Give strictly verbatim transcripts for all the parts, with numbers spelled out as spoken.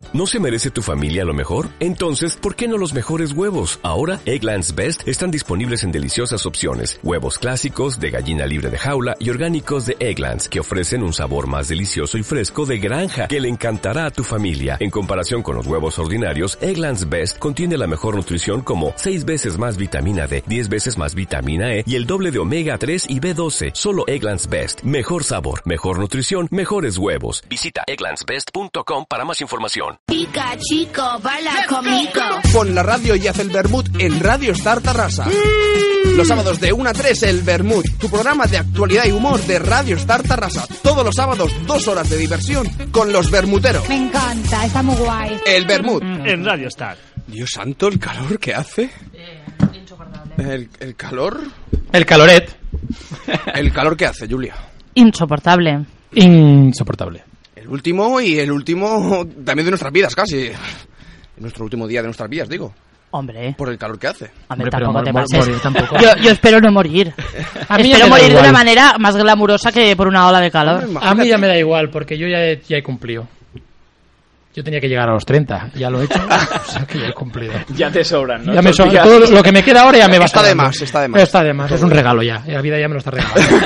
¿No se merece tu familia lo mejor? Entonces, ¿por qué no los mejores huevos? Ahora, Eggland's Best están disponibles en deliciosas opciones. Huevos clásicos, de gallina libre de jaula y orgánicos de Eggland's, que ofrecen un sabor más delicioso y fresco de granja que le encantará a tu familia. En comparación con los huevos ordinarios, Eggland's Best contiene la mejor nutrición como seis veces más vitamina D, diez veces más vitamina E y el doble de omega tres y B doce. Solo Eggland's Best. Mejor sabor, mejor nutrición, mejores huevos. Visita egglands best punto com para más información. Pica, chico, baila conmigo. Pon la radio y haz el vermut en Radio Star Tarrasa. Mm. Los sábados de una a tres, el Vermut, tu programa de actualidad y humor de Radio Star Tarrasa. Todos los sábados, dos horas de diversión con los vermuteros. Me encanta, está muy guay. El Vermut. Mm. En Radio Star. Dios santo, el calor que hace. Eh, insoportable. El, el calor. El caloret. El calor que hace, Julia. Insoportable. Insoportable. El último y el último también de nuestras vidas, casi. Nuestro último día de nuestras vidas, digo. Hombre. Por el calor que hace. Hombre, Hombre, tampoco pero te mor- pases. morir tampoco. Yo, yo espero no morir. A mí ya espero me da morir de igual. una manera más glamurosa que por una ola de calor. Hombre, A mí ya me da igual, porque yo ya he, ya he cumplido. Yo tenía que llegar a los treinta, ya lo he hecho, o sea que ya he cumplido. Ya te sobran, ¿no? Ya me Estos sobra, días. todo lo que me queda ahora ya me va Está de sobrando. más, está de más. Está de más, es un regalo ya, la vida ya me lo está regalando.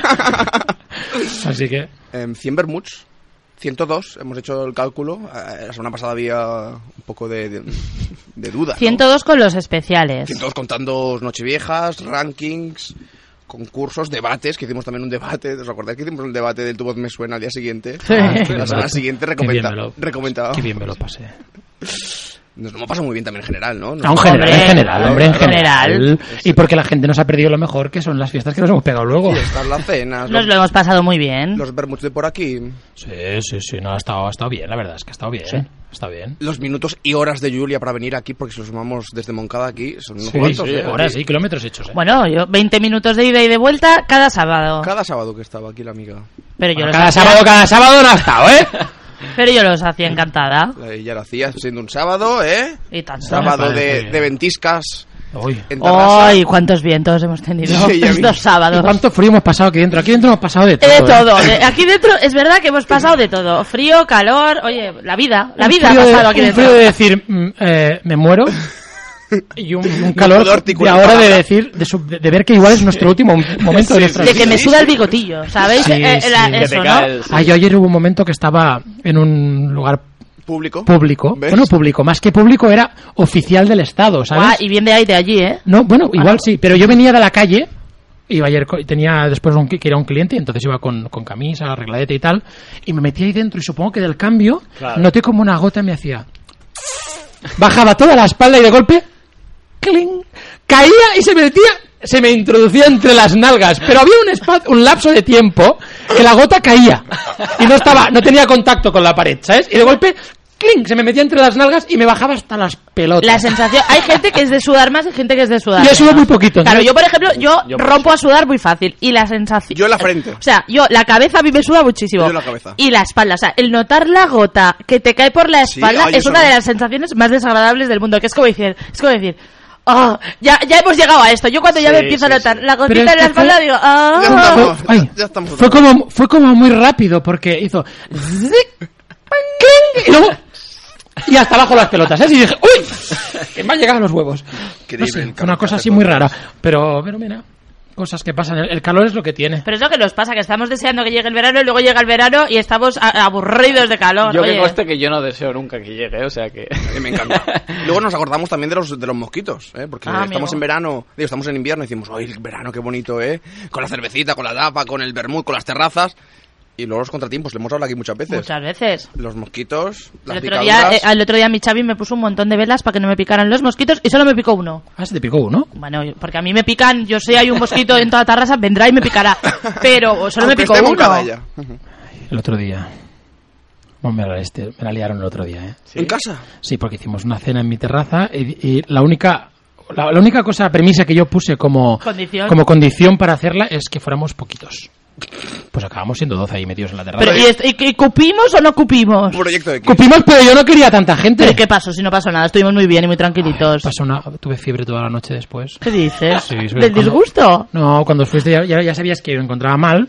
Así que... Eh, cien vermuts. ciento dos, hemos hecho el cálculo. Eh, la semana pasada había un poco de, de, de duda, ¿no? ciento dos con los especiales. ciento dos contando Nocheviejas, rankings, concursos, debates, que hicimos también un debate. ¿Os acordáis que hicimos el debate del Tu Voz Me Suena al día siguiente? Sí. La semana siguiente Qué bien recomenda, me lo- recomendaba. Qué bien me lo pasé. Nos lo hemos pasado muy bien también en general, ¿no? Nos- No, en general, Hombre, en general, hombre, en general. general. Y porque la gente nos ha perdido lo mejor, que son las fiestas que nos hemos pegado luego. Y están las cenas, Nos los, lo hemos pasado muy bien. los vermuts de por aquí, Sí, sí, sí, no, ha estado, ha estado bien, la verdad es que ha estado bien. Sí. Está bien. los minutos y horas de Julia para venir aquí, porque si los sumamos desde Moncada aquí, son unos Sí, cuantos, sí, ¿eh? ahora Aquí. sí, kilómetros hechos, ¿eh? Bueno, yo veinte minutos de ida y de vuelta cada sábado. Cada sábado que estaba aquí la amiga. Pero yo Bueno, los cada hacía- sábado, cada sábado no ha estado, ¿eh? Pero yo los hacía encantada. Ella lo hacía siendo un sábado, ¿eh? Y tanto. Sábado Me parece de, bien. de ventiscas Uy. en Tarrasa. ¡Ay, cuántos vientos hemos tenido Sí, ya vi. estos sábados! ¿Cuánto frío hemos pasado aquí dentro? Aquí dentro hemos pasado de todo. De ¿eh? todo. De- aquí dentro es verdad que hemos pasado de todo. Frío, calor, oye, la vida. La Un vida ha frío de- pasado aquí un dentro. frío de decir, mm, eh, me muero. Y un, un calor puedo de articular ahora de palabra. decir, de, su- de ver que igual es nuestro último momento de nuestra De que me Sí, suda sí. el bigotillo, ¿sabéis? Sí, Eh, sí. la- Que Que eso, te ¿no? caes. Ah, yo ayer hubo un momento que estaba en un lugar Público. público. ¿Ves? Bueno, público, más que público era oficial del Estado, ¿sabes? Guau, y bien de aire allí, ¿eh? No, bueno, igual sí, pero yo venía de la calle, iba ayer, co- tenía después un, que era un cliente, y entonces iba con, con camisa, arregladete y tal, y me metí ahí dentro y supongo que del cambio Claro. noté como una gota me hacía... Bajaba toda la espalda y de golpe... ¡Cling! Caía y se me metía... Se me introducía entre las nalgas, pero había un, espa- un lapso de tiempo que la gota caía y no estaba, no tenía contacto con la pared, ¿sabes? Y de golpe, ¡cling! Se me metía entre las nalgas y me bajaba hasta las pelotas. La sensación... Hay gente que es de sudar más y gente que es de sudar Y yo sudo menos. muy poquito, Claro, ¿sabes? yo, por ejemplo, yo, Yo rompo a sudar muy fácil. Y la sensación... Yo en la frente. O sea, yo, la cabeza a mí me suda muchísimo. Yo la cabeza. Y la espalda. O sea, el notar la gota que te cae por la Sí, espalda ay, es eso una no. de las sensaciones más desagradables del mundo. Que es como decir... Es como decir... Oh, ya, ya hemos llegado a esto. Yo cuando ya Sí, me empiezo sí, a notar sí. la Pero gotita es en la que espalda, fue- digo... Ya Ah. estamos, Ay, ya, ya estamos. fue como fue como muy rápido porque hizo zic, cling, y luego y hasta abajo las pelotas, ¿eh? Y dije, uy, que me han llegado los huevos. Increíble No sé, el fue calor una que cosa hace así por muy Dios. rara, pero pero mira, cosas que pasan. El, el calor es lo que tiene. Pero es lo que nos pasa, que estamos deseando que llegue el verano y luego llega el verano y estamos a- aburridos de calor. Yo que Oye. conste que yo no deseo nunca que llegue, o sea que... A mí me encanta. Luego nos acordamos también de los de los mosquitos, ¿eh? Porque Ah, estamos amigo. en verano, digo, estamos en invierno y decimos, ¡ay, el verano qué bonito, eh! Con la cervecita, con la tapa, con el vermut, con las terrazas. Y luego los contratiempos, le hemos hablado aquí muchas veces. Muchas veces. Los mosquitos, las El otro, día, picaduras. eh, el otro día mi Xavi me puso un montón de velas para que no me picaran los mosquitos y solo me picó uno. Ah, se te picó uno. Bueno, yo- porque a mí me pican, yo sé, hay un mosquito en toda Tarrasa, vendrá y me picará. Pero solo me Aunque picó esté uno. Moncada ella. El otro día. Bueno, me, la, este, me la liaron el otro día, ¿eh? ¿En casa? Sí, porque hicimos una cena en mi terraza y, y la única la, la única cosa premisa que yo puse como Condición. como condición para hacerla es que fuéramos poquitos. Pues acabamos siendo doce ahí metidos en la terraza. Pero, ¿y, est- y- y cupimos o no cupimos? Un proyecto de equipo. Cupimos, pero yo no quería tanta gente. ¿Pero y qué pasó? Si no pasó nada, estuvimos muy bien y muy tranquilitos. Pasó una, tuve fiebre toda la noche después. ¿Qué dices? Sí, sí, ¿Del cuando- disgusto? No, cuando fuiste ya, ya, ya sabías que yo me encontraba mal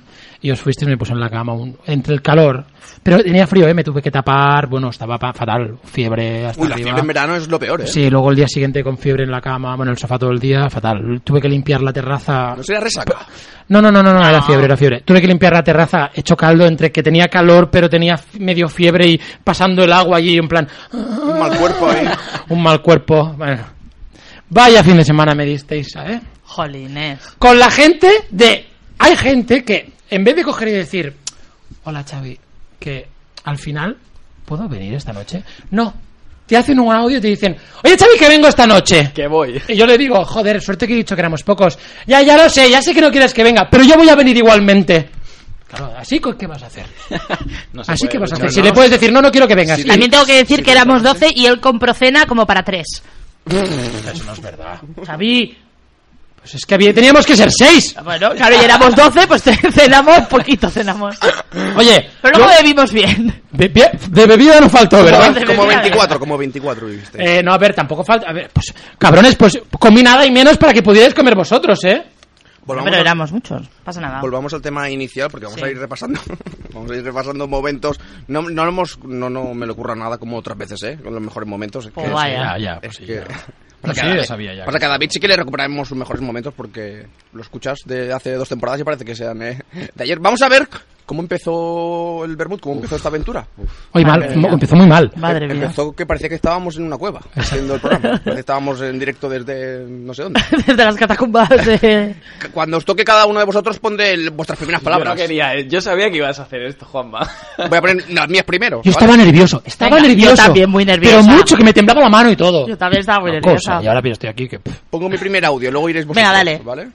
y os fuisteis y me puse en la cama un, entre el calor. Pero tenía frío, ¿eh? Me tuve que tapar, bueno, estaba pa- fatal, fiebre hasta Uy, la arriba. fiebre en verano es lo peor, ¿eh? Sí, luego el día siguiente con fiebre en la cama, bueno, el sofá todo el día, fatal. Tuve que limpiar la terraza. ¿No sería resaca? No, no, no, no, no, era fiebre, era fiebre. Tuve que limpiar la terraza hecho caldo entre que tenía calor pero tenía f- medio fiebre y pasando el agua allí en plan... Un mal cuerpo ahí. Un mal cuerpo, bueno. Vaya fin de semana me disteis, ¿sabes? Jolines. Con la gente de... Hay gente que, en vez de coger y decir, hola Xavi, que al final, ¿puedo venir esta noche? No. Te hacen un audio y te dicen, oye Xavi, que vengo esta noche. Que voy. Y yo le digo, joder, suerte que he dicho que éramos pocos. Ya, ya lo sé, ya sé que no quieres que venga, pero yo voy a venir igualmente. Claro, así, ¿qué vas a hacer? No se Así, puede, ¿qué vas a no, hacer? no, Si no. le puedes decir, no, no quiero que vengas. Sí, Y- También tengo que decir que éramos doce y él compró cena como para tres. Eso no es verdad. Xavi. Pues es que había- teníamos que ser seis. Bueno, claro, y éramos doce, pues cenamos poquito, cenamos. Oye, Pero luego yo- bebimos bien. be- be- de bebida no faltó, ¿verdad? de Como bebida, veinticuatro, como veinticuatro viviste. Eh, no, a ver, tampoco falta. A ver, pues, cabrones, pues comí nada y menos para que pudierais comer vosotros, ¿eh? Volvamos Pero al- éramos muchos, no pasa nada. Volvamos al tema inicial porque vamos Sí. a ir repasando vamos a ir repasando momentos. No, no, hemos, no, no me le ocurra nada como otras veces, ¿eh? Con los mejores momentos. Es Pues que, vaya. Ya, ya, es pues sí, que- ya. pasa, Sí, que a ya David- sabía ya. pasa que a David sí que le recuperamos sus mejores momentos porque lo escuchas de hace dos temporadas y parece que sean eh, de ayer. Vamos a ver cómo empezó el Vermut, cómo empezó esta aventura. Hoy mal, Madre mía. empezó muy mal. Madre mía. Empezó que parecía que estábamos en una cueva haciendo el programa. Parecía que estábamos en directo desde no sé dónde. Desde las catacumbas de... Cuando os toque cada uno de vosotros, ponde el- vuestras primeras Yo palabras. no quería, eh, yo sabía que ibas a hacer esto, Juanma. Voy a poner las mías primero. Yo ¿vale? estaba nervioso, estaba Venga, yo nervioso. también muy nerviosa. Pero mucho, que me temblaba la mano y todo. Yo también estaba muy Una nerviosa. cosa, y ahora estoy aquí que... pff. Pongo mi primer audio, luego iréis vosotros. Venga, dale. ¿Vale?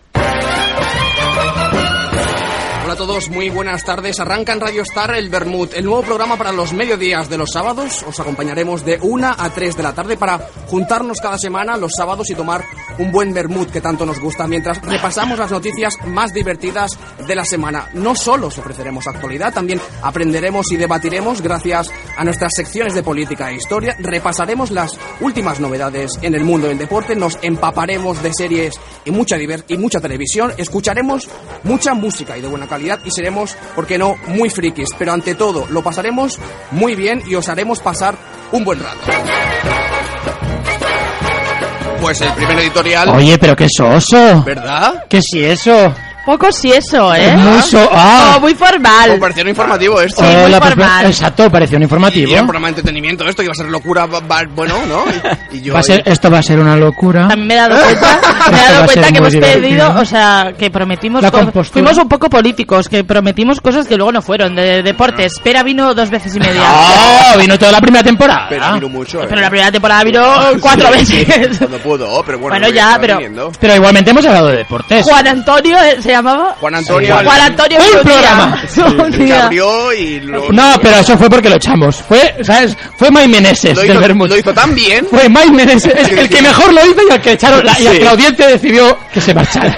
Hola a todos, muy buenas tardes. Arranca en Radio Star el Vermut, el nuevo programa para los mediodías de los sábados. Os acompañaremos de una a tres de la tarde para juntarnos cada semana los sábados y tomar un buen vermut que tanto nos gusta, mientras repasamos las noticias más divertidas de la semana. No solo os ofreceremos actualidad, también aprenderemos y debatiremos gracias a nuestras secciones de política e historia. Repasaremos las últimas novedades en el mundo del deporte, nos empaparemos de series y mucha diver- y mucha televisión, escucharemos mucha música y de buena calidad y seremos, ¿por qué no?, muy frikis, pero ante todo lo pasaremos muy bien y os haremos pasar un buen rato. Pues el primer editorial, Oye, pero qué soso. ¿verdad? ¿Qué si eso? Poco sí eso, ¿eh? Muy so- ah. Oh, muy formal. Me pareció un informativo esto. Sí, muy Hola, pues, formal. exacto, pareció un Y informativo. era un programa de entretenimiento esto, que iba a ser locura, va- va- bueno, ¿no? Y, y yo Va a ser, ahí- esto va a ser una locura. También me he dado cuenta, me he Esto va dado a cuenta ser que muy hemos pedido, divertido. o sea, que prometimos, La co- compostura. fuimos un poco políticos, que prometimos cosas que luego no fueron, de deportes. Pera vino dos veces y media. ¡Oh! Vino toda la primera temporada. Pero vino mucho, ¿eh? Pero la primera temporada vino cuatro veces. Cuando pudo, pero bueno. Bueno, voy a ya, estar pero- viniendo. Pero igualmente hemos hablado de deportes. Juan Antonio eh, se llamaba. Juan Antonio, el- Juan Antonio Un vino programa. día. Un el que día. abrió y lo, No, pero eso fue porque lo echamos. Fue, ¿sabes? Fue Mike Meneses lo del hizo, Vermut. lo hizo tan bien. Fue Mike Meneses, es el que mejor lo hizo y el que echaron la, y el Sí. que la audiencia decidió que se marchara.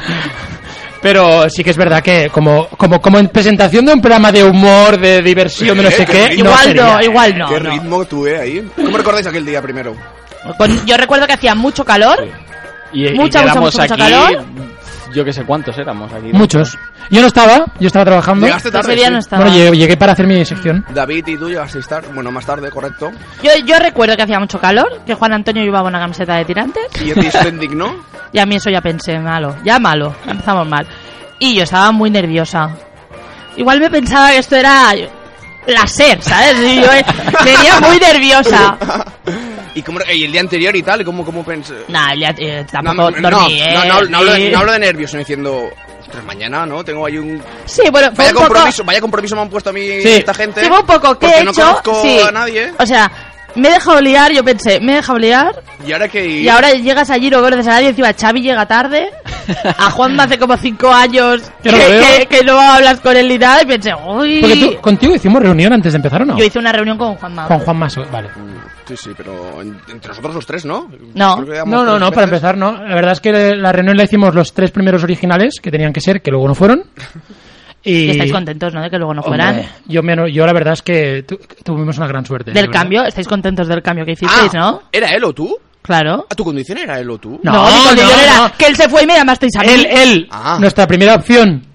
Pero sí que es verdad que como, como, como en presentación de un programa de humor, de diversión, de no Eh, sé qué qué, ritmo. no Igual sería. no, igual no. Qué no. ritmo tuve ahí. ¿Cómo recordáis aquel día primero? Con- yo recuerdo que hacía mucho calor. Y, y Mucha, mucha, quedamos mucha, mucha aquí, calor. yo que sé cuántos éramos aquí. Muchos. Yo no estaba, yo estaba trabajando. Llegaste tarde. Ese día sí. no estaba. Bueno, llegué, llegué para hacer mi sección. David y tú llegaste a estar, bueno, más tarde, correcto. Yo, yo recuerdo que hacía mucho calor, que Juan Antonio llevaba una camiseta de tirantes. Y a ti se te indignó. Y a mí eso ya pensé, malo. Ya malo, empezamos mal. Y yo estaba muy nerviosa. Igual me pensaba que esto era la SER, ¿sabes? Y yo eh, venía muy nerviosa. ¿Y, cómo, y el día anterior y tal? ¿Y cómo, cómo pensé? Nah, ya, eh, No, tampoco no, dormí, no, ¿eh? no, no, no hablo, Y- no hablo de nervios, sino diciendo, ostras, mañana, ¿no? Tengo ahí un... Sí, bueno, fue Vaya un poco... compromiso, vaya compromiso me han puesto a mí Sí. esta gente. Sí, fue un poco, ¿qué porque he no hecho? conozco Sí. a nadie. O sea, me he dejado liar, yo pensé, me he dejado liar. Y ahora que... Y ahora llegas allí, no conoces a nadie, encima Xavi llega tarde. A Juan hace como cinco años que, Que no lo veo. que- que no hablas con él ni nada. Y pensé, uy... Porque tú, contigo hicimos reunión antes de empezar, ¿o no? Yo hice una reunión con Juanma. Con Juan Maso, vale. Sí, sí, pero en- entre nosotros los tres, ¿no? No. Creo que éramos No, no, tres no, para veces. empezar, no. La verdad es que la reunión la hicimos los tres primeros originales, que tenían que ser, que luego no fueron. Y, Y estáis contentos, ¿no? De que luego no fueran. Hombre, yo, menos, yo la verdad es que tu- tuvimos una gran suerte. Del de verdad. cambio, estáis contentos del cambio que hicisteis, Ah, ¿no? ¿era él o tú? Claro. ¿A tu condición era él o tú? No, mi condición no, era no. que él se fue y me llamasteis a mí. Él, él, Ah. nuestra primera opción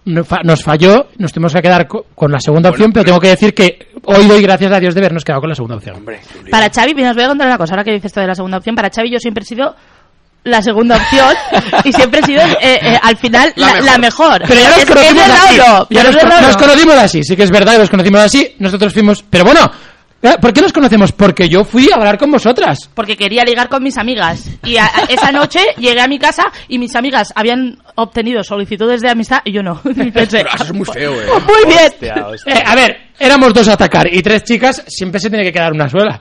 nos falló, nos tuvimos que quedar co- con la segunda Bueno, opción, pero pero- tengo que decir que hoy doy gracias a Dios de habernos quedado con la segunda opción. Hombre, Julia. Para Xavi, mira, os voy a contar una cosa, ahora que dices esto de la segunda opción, para Xavi yo siempre he sido la segunda opción y siempre he sido eh, eh, al final La la, mejor. la mejor. Pero ya nos Es- conocimos es así. verdad o no, Ya pero nos, es co- verdad o nos no. conocimos así, sí que es verdad que nos conocimos así. Nosotros fuimos... Pero bueno, ¿eh? ¿por qué nos conocemos? Porque yo fui a hablar con vosotras. Porque quería ligar con mis amigas. Y a- a- esa noche llegué a mi casa y mis amigas habían obtenido solicitudes de amistad y yo no. Y pensé, Pero eso es muy feo, eh. muy bien. Hostia, hostia. Eh, a ver, éramos dos a atacar y tres chicas, siempre se tiene que quedar una sola.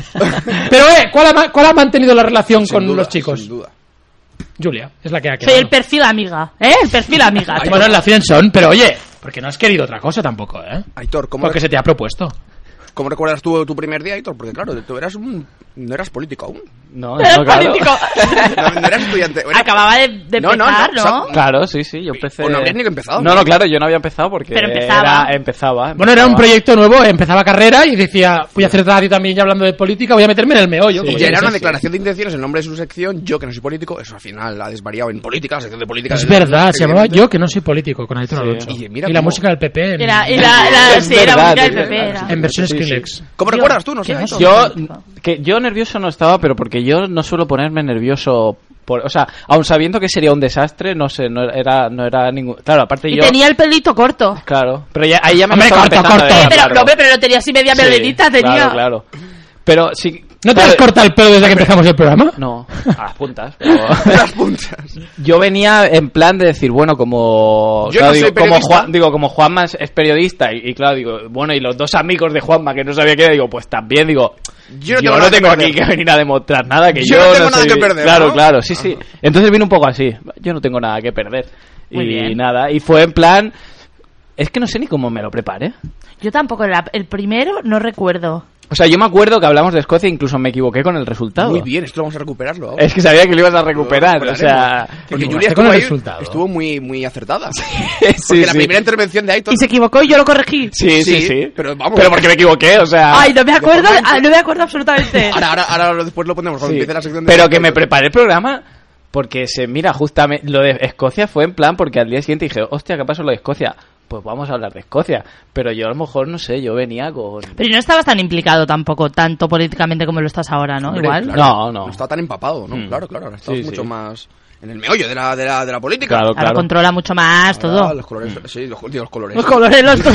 Pero, eh, ¿cuál ha, ma- cuál ha mantenido la relación Sin con duda, los chicos? Sin duda. Julia, es la que ha Soy quedado. el perfil amiga, ¿eh? El perfil amiga. Bueno, en la friendzone, pero oye, porque no has querido otra cosa tampoco, ¿eh? Aitor, ¿cómo, Porque se te ha propuesto. ¿cómo recuerdas tú tu primer día, Aitor? Porque claro, tú eras un... no eras político aún. No, Era no, claro. político. No, no eras estudiante. Era- Acababa de, de No, no, empezar, no, ¿no? o sea, Claro, sí, sí, yo empecé... O no habrías ni empezado. No, no, claro, yo no había empezado porque Pero empezaba. era- empezaba. Bueno, era un empezaba. proyecto nuevo, empezaba carrera y decía, voy a hacer radio también ya hablando de política, voy a meterme en el meollo. Sí. como Y yo ya era sé. una declaración de intenciones, el nombre de su sección, yo que no soy político, eso al final ha desvariado en política, la sección de política. Es del- verdad, se llamaba evidentemente. Yo que no soy político, con Aitor Sí. Alonso. Y mira la cómo- música del P P en, Era, y la, la, Es sí, era verdad, música del es P P. verdad. Era. en versión Sí, sí. Skrillex. ¿Cómo Dios, recuerdas tú? No sé. que no Aitor. sé. Yo, que yo nervioso no estaba, pero porque yo no suelo ponerme nervioso. Por, o sea, aun sabiendo que sería un desastre, no sé, no era, no era ningún. Claro, aparte Y yo. tenía el pelito corto. Claro, pero ya, ahí ya me Hombre, estaba corto, empezando a corto. dejar pero, largo. no, hombre, pero no tenía así media Sí, melenita, tenía. Claro, claro. Pero sí. ¿No te claro, has cortado el pelo desde que empezamos el programa? No, a las puntas. Pero... Las puntas. Yo venía en plan de decir, bueno, como Yo claro, no soy digo, como periodista. Juan, digo, como Juanma es, es periodista y, y claro, digo, bueno, y los dos amigos de Juanma que no sabía qué era, digo, pues también digo, Yo no yo tengo no nada que tengo aquí perder. que venir a demostrar nada, que Yo yo, no tengo nada soy- que perder, Claro, ¿no? claro, sí, sí. Entonces vino un poco así, yo no tengo nada que perder. Muy y bien. nada, y fue en plan, es que no sé ni cómo me lo preparé. Yo tampoco, la- el primero no recuerdo. O sea, yo me acuerdo que hablamos de Escocia e incluso me equivoqué con el resultado. Muy bien, esto vamos a recuperarlo ahora. Es que sabía que lo ibas a recuperar, Lo o sea... Porque Te Julia equivocaste con estuvo, el ahí, resultado. estuvo muy, muy acertada. sí, Porque la sí. primera intervención de Aitor... Y se equivocó y yo lo corregí. Sí, sí, Sí, sí. pero vamos. Pero porque me equivoqué, o sea... Ay, no me acuerdo, Totalmente. ah, no me acuerdo absolutamente. Ahora, ahora, ahora después lo ponemos, cuando Sí. empiece la sección de... Pero que me preparé el programa porque se mira justamente lo de Escocia fue en plan porque al día siguiente dije, hostia, ¿qué pasó lo de Escocia? Pues vamos a hablar de Escocia. Pero yo a lo mejor, no sé, yo venía con... Pero no estabas tan implicado tampoco, tanto políticamente como lo estás ahora, ¿no? Hombre, Igual. claro, No, no. No está tan empapado, ¿no? Mm. Claro, claro, ahora estamos Sí, mucho sí. más en el meollo de la, de la, de la política. Claro, Ahora claro. controla mucho más Ahora todo. Los colores, sí, los, digo, los colores. Los colores los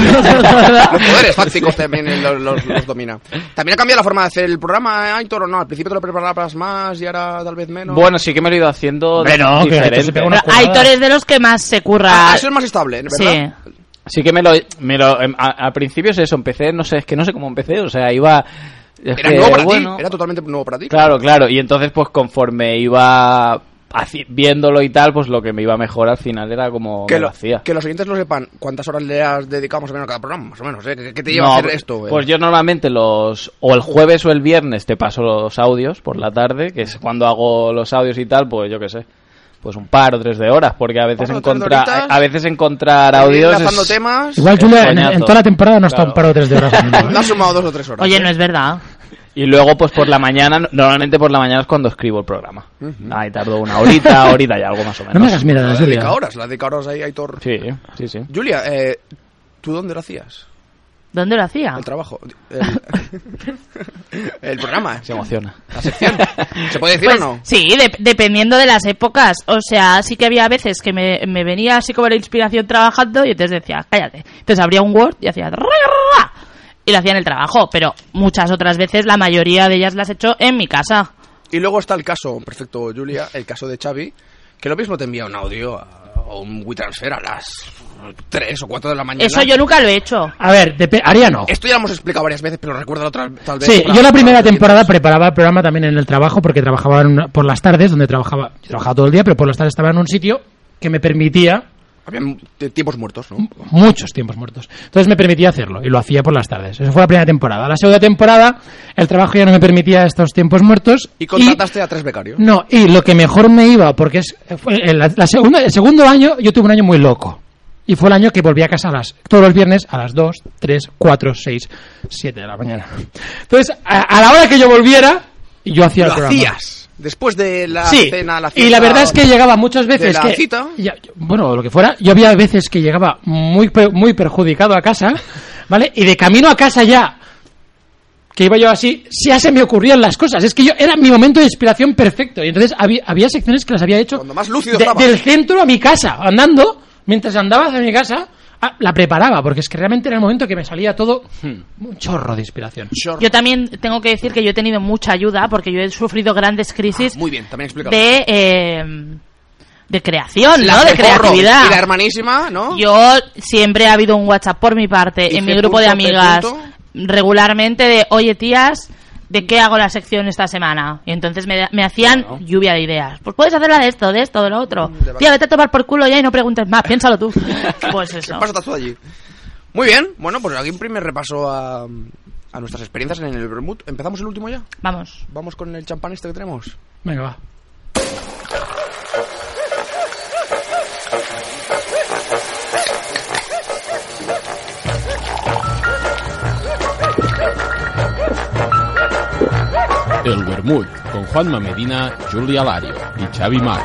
Los poderes fácticos también eh, los, los, los domina. ¿También ha cambiado la forma de hacer el programa, eh, Aitor, o no? Al principio te lo preparabas más y ahora tal vez menos. Bueno, sí que me lo he ido haciendo Hombre, no, que diferente. esto se pega una- Pero Aitor es de los que más se curra. Ah, eso es más estable, ¿verdad? Sí. Sí que me lo... Me lo em, a, a principio es eso, empecé, no sé, es que no sé cómo empecé, o sea, iba... es Era que, nuevo para bueno, ti, era totalmente nuevo para ti. Claro, claro, y entonces pues conforme iba haci- viéndolo y tal, pues lo que me iba mejor al final era como Que, me lo lo, hacía. que los oyentes lo sepan, ¿cuántas horas le has dedicado más o menos a cada programa? Más o menos, ¿eh? ¿Qué, qué te lleva No, a hacer pues- esto? eh? Pues yo normalmente los o el jueves o el viernes te paso los audios por la tarde, que es cuando hago los audios y tal, pues yo qué sé, pues un par o tres de horas, porque a veces Bueno, tres encontrar horitas. a veces encontrar Ir audios enlazando es- temas. Igual, Julia, en, coñazo. en toda la temporada no está Claro. un paro de tres de horas. al menos, No ¿eh? has sumado dos o tres horas. Oye, ¿eh? no es verdad. y luego pues por la mañana, normalmente por la mañana es cuando escribo el programa. Ahí tardo una horita, horita y algo más o menos. No me hagas miradas, La Julia. dedica horas, la dedica horas ahí, Aitor. Sí, sí, sí. Julia, eh, ¿tú dónde lo hacías? ¿Dónde lo hacía? El trabajo. El, el programa. Se emociona. La sección. ¿Se puede decir Pues, o no? sí, de- dependiendo de las épocas. O sea, sí que había veces que me, me venía así como la inspiración trabajando y entonces decía, cállate. Entonces abría un Word y hacía... Y lo hacía en el trabajo, pero muchas otras veces, la mayoría de ellas las he hecho en mi casa. Y luego está el caso, perfecto, Julia, el caso de Xavi, que lo mismo te envía un audio a- o un WeTransfer a las tres o cuatro de la mañana. Eso yo nunca lo he hecho. A ver, depe- haría no. Esto ya lo hemos explicado varias veces, pero recuerda otra tal vez. Sí, para- yo la primera para los temporada oyentes. preparaba el programa también en el trabajo porque trabajaba en una- por las tardes, donde trabajaba, yo trabajaba todo el día, pero por las tardes estaba en un sitio que me permitía Había t- tiempos muertos, ¿no? muchos tiempos muertos. Entonces me permitía hacerlo y lo hacía por las tardes. Eso fue la primera temporada. La segunda temporada el trabajo ya no me permitía estos tiempos muertos. Y contrataste a tres becarios. No, y lo que mejor me iba, porque es fue el, la segunda, el segundo año yo tuve un año muy loco. Y fue el año que volví a casa a las, todos los viernes a las dos, tres, cuatro, seis, siete de la mañana. Entonces, a, a la hora que yo volviera, yo hacía Lo el programa. hacías. Después de la Sí, cena, la fiesta... y la verdad es que llegaba muchas veces de la que... cita. Ya, bueno, lo que fuera, yo había veces que llegaba muy, pe- muy perjudicado a casa, ¿vale? Y de camino a casa ya, que iba yo así, ya se me ocurrían las cosas. Es que yo era mi momento de inspiración perfecto. Y entonces había, había secciones que las había hecho Cuando más lúcido de- estabas. del centro a mi casa, andando, mientras andaba hacia mi casa... Ah, la preparaba, porque es que realmente era el momento que me salía todo un chorro de inspiración. Chorro. Yo también tengo que decir que yo he tenido mucha ayuda porque yo he sufrido grandes crisis Muy bien, también explicado. de eh, de creación, La ¿no? De Pecorro creatividad. Y la hermanísima, ¿no? Yo siempre ha habido un WhatsApp por mi parte, Y en C mi grupo de punto, P amigas, punto. regularmente de, oye tías, ¿de qué hago la sección esta semana? Y entonces me, me hacían Claro. lluvia de ideas. Pues puedes hacerla de esto, de esto, de lo otro. De Tía, vete a tomar por culo ya y no preguntes más, piénsalo tú. Pues ¿Qué eso. pasa todo allí? Muy bien, bueno, pues aquí un primer repaso a, a nuestras experiencias en el vermut. ¿Empezamos el último ya? Vamos. Vamos con el champán este que tenemos. Venga, va. El Vermut, con Juanma Medina, Julia Lario y Xavi Marx.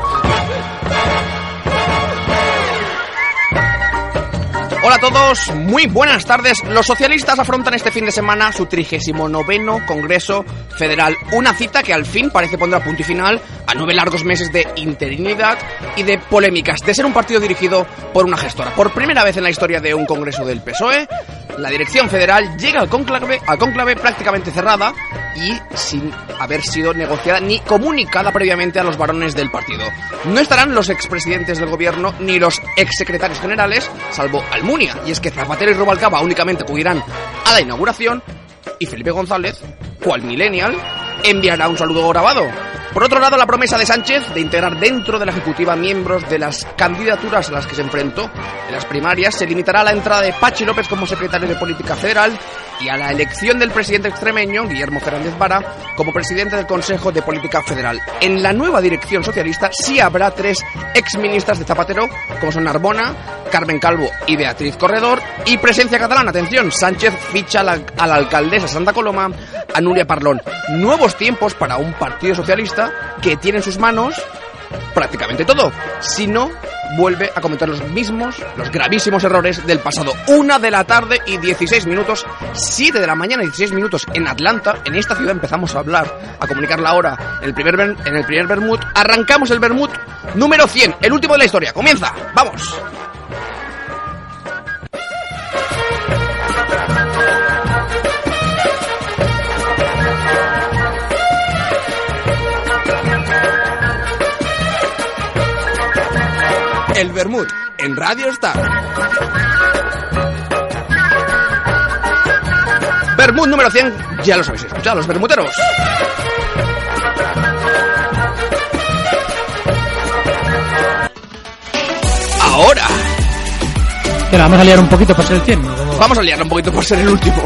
Hola a todos, muy buenas tardes. Los socialistas afrontan este fin de semana su trigésimo noveno Congreso Federal. Una cita que al fin parece pondrá punto y final a nueve largos meses de interinidad y de polémicas, de ser un partido dirigido por una gestora. Por primera vez en la historia de un Congreso del P S O E, la dirección federal llega al cónclave, al cónclave prácticamente cerrada y sin haber sido negociada ni comunicada previamente a los varones del partido. No estarán los expresidentes del gobierno ni los exsecretarios generales, salvo Almunia, y es que Zapatero y Rubalcaba únicamente acudirán a la inauguración y Felipe González, cual millennial, enviará un saludo grabado. Por otro lado, la promesa de Sánchez de integrar dentro de la Ejecutiva miembros de las candidaturas a las que se enfrentó en las primarias se limitará a la entrada de Pachi López como secretario de Política Federal y a la elección del presidente extremeño, Guillermo Fernández Vara, como presidente del Consejo de Política Federal. En la nueva dirección socialista sí habrá tres exministras de Zapatero, como son Narbona, Carmen Calvo y Beatriz Corredor, y presencia catalana. Atención, Sánchez ficha a la, a la alcaldesa Santa Coloma, a Núria Parlón. Nuevos tiempos para un partido socialista que tiene en sus manos prácticamente todo, si no vuelve a cometer los mismos, los gravísimos errores del pasado. Una de la tarde y dieciséis minutos, siete de la mañana y dieciséis minutos en Atlanta. En esta ciudad empezamos a hablar, a comunicar la hora en el primer, ver, en el primer vermut. Arrancamos el vermut número cien, el último de la historia. Comienza, vamos. El Vermut en Radio Star. Vermut número cien, ya los habéis escuchado, los bermuteros. Ahora Pero vamos a liar un poquito por ser el cien, ¿no? ¿Cómo va? vamos a liarla un poquito por ser el último.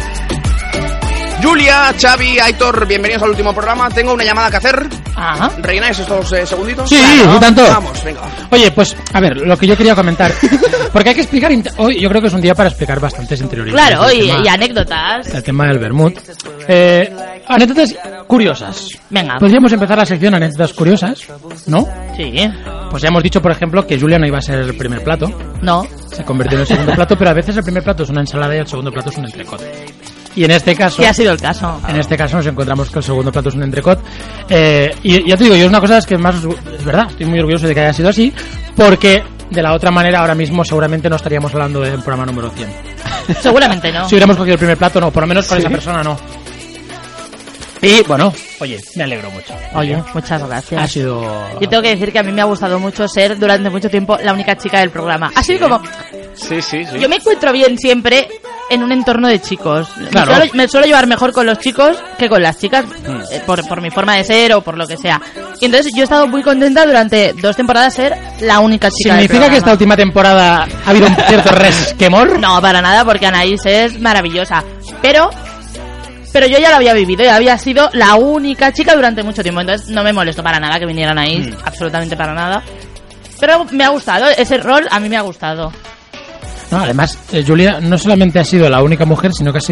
Julia, Xavi, Aitor, bienvenidos al último programa. Tengo una llamada que hacer. Ajá. ¿Rellenáis estos eh, segunditos? Sí, y tanto. Vamos, venga. Oye, pues, a ver, lo que yo quería comentar. Porque hay que explicar... int- Hoy yo creo que es un día para explicar bastantes interioridades. Claro, del y, tema- y anécdotas. El tema del vermut. Eh, anécdotas curiosas. Venga. Podríamos empezar la sección anécdotas curiosas, ¿no? Sí. Pues ya hemos dicho, por ejemplo, que Julia no iba a ser el primer plato. No. Se convirtió en el segundo plato, pero a veces el primer plato es una ensalada y el segundo plato es un entrecot. Y en este caso... Sí ha sido el caso. En este caso nos encontramos que el segundo plato es un entrecot. Eh, y ya te digo, yo es una cosa que más... Es verdad, estoy muy orgulloso de que haya sido así, porque de la otra manera ahora mismo seguramente no estaríamos hablando del programa número cien. Seguramente no. Si hubiéramos cogido el primer plato, no, por lo menos con esa persona no. Y bueno, oye, me alegro mucho. Oye, muchas gracias. Ha sido... Yo tengo que decir que a mí me ha gustado mucho ser durante mucho tiempo la única chica del programa. Ha sido como... Sí, sí, sí. Yo me encuentro bien siempre en un entorno de chicos. Claro. Me, suelo, me suelo llevar mejor con los chicos que con las chicas, eh, por, por mi forma de ser o por lo que sea. Y entonces yo he estado muy contenta durante dos temporadas ser la única chica del ¿Significa que esta programa. última temporada ha habido un cierto resquemor? No, para nada, porque Anaís es maravillosa. Pero... Pero yo ya lo había vivido, ya había sido la única chica durante mucho tiempo. Entonces no me molesto para nada que vinieran ahí, Mm. absolutamente para nada. Pero me ha gustado, ese rol a mí me ha gustado. No, además, eh, Julia no solamente ha sido la única mujer, sino que ha sido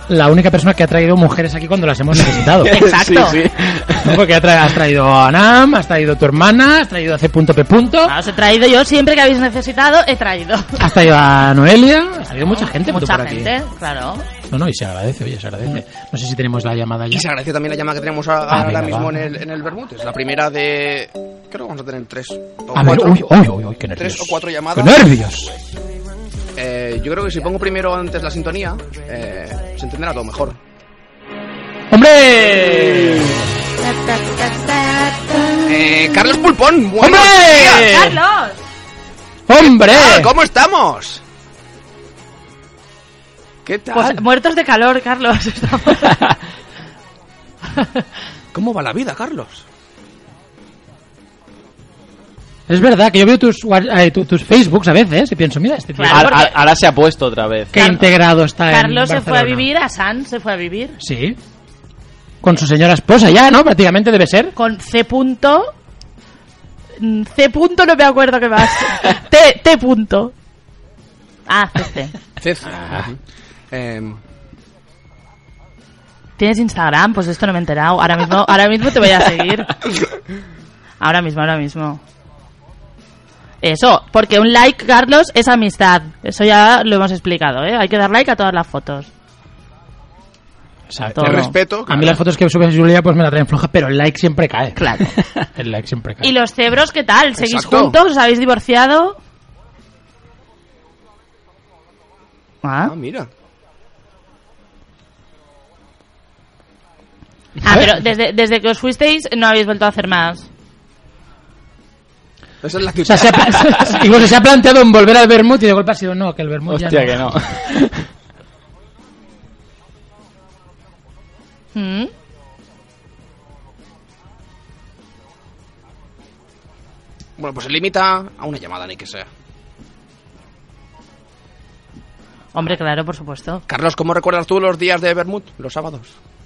la única persona que ha traído mujeres aquí cuando las hemos necesitado. Exacto. Sí, sí. ¿No? Porque ha tra- has traído a Nam, has traído a tu hermana, has traído a C punto P. Ah, os he traído yo, siempre que habéis necesitado, he traído. Has traído a Noelia, has traído mucha gente por Mucha aquí. gente, claro. No, no, y se agradece, oye, se agradece. No sé si tenemos la llamada ya. Y se agradece también la llamada que tenemos a- Ah, ahora venga, mismo va. en el, en el Vermut. Es la primera de... Creo que vamos a tener tres o A ver, cuatro. uy, uy, uy, uy, qué nervios. Tres o cuatro ¡Qué llamadas. nervios! Eh, yo creo que si pongo primero antes la sintonía, eh, se entenderá todo mejor. ¡Hombre! Eh, Carlos Pulpón, buenos ¡Hombre! días. ¡Carlos! ¡Hombre! Ah, ¿cómo estamos? ¿Qué tal? Pues muertos de calor, Carlos. Estamos- ¿Cómo va la vida, Carlos? Es verdad que yo veo tus, wa- eh, tu- tus Facebooks a veces y pienso, mira, este tío, Claro. Ahora, porque- ahora- ahora se ha puesto otra vez. qué integrado está en Carlos se fue a Barcelona. vivir, a San se fue a vivir. Sí. Con su señora esposa ya, ¿no? Prácticamente debe ser. Con C punto... mm, C punto no me acuerdo qué más. T, T punto. Ah, C C. Cez. Eh, ¿Tienes Instagram? Pues esto no me he enterado. Ahora mismo, ahora mismo te voy a seguir. Ahora mismo, ahora mismo. Eso, porque un like, Carlos, es amistad. Eso ya lo hemos explicado, ¿eh? Hay que dar like a todas las fotos. Exacto. Todo. te respeto. A mí las fotos que subes Julia pues me la traen floja, pero el like siempre cae. Claro. El like siempre cae. ¿Y los cebros qué tal? ¿Seguís Exacto. juntos? ¿Os habéis divorciado? Ah, Ah, mira. ah pero desde, desde que os fuisteis no habéis vuelto a hacer más. Esa es la O sea, se ha, pla- incluso se ha planteado en volver al Vermut y de golpe ha sido no, que el Vermut ya Hostia, no. que no. ¿Mm? Bueno, pues se limita a una llamada, ni que sea. Hombre, claro, por supuesto. Carlos, ¿cómo recuerdas tú los días de Vermut? Los sábados.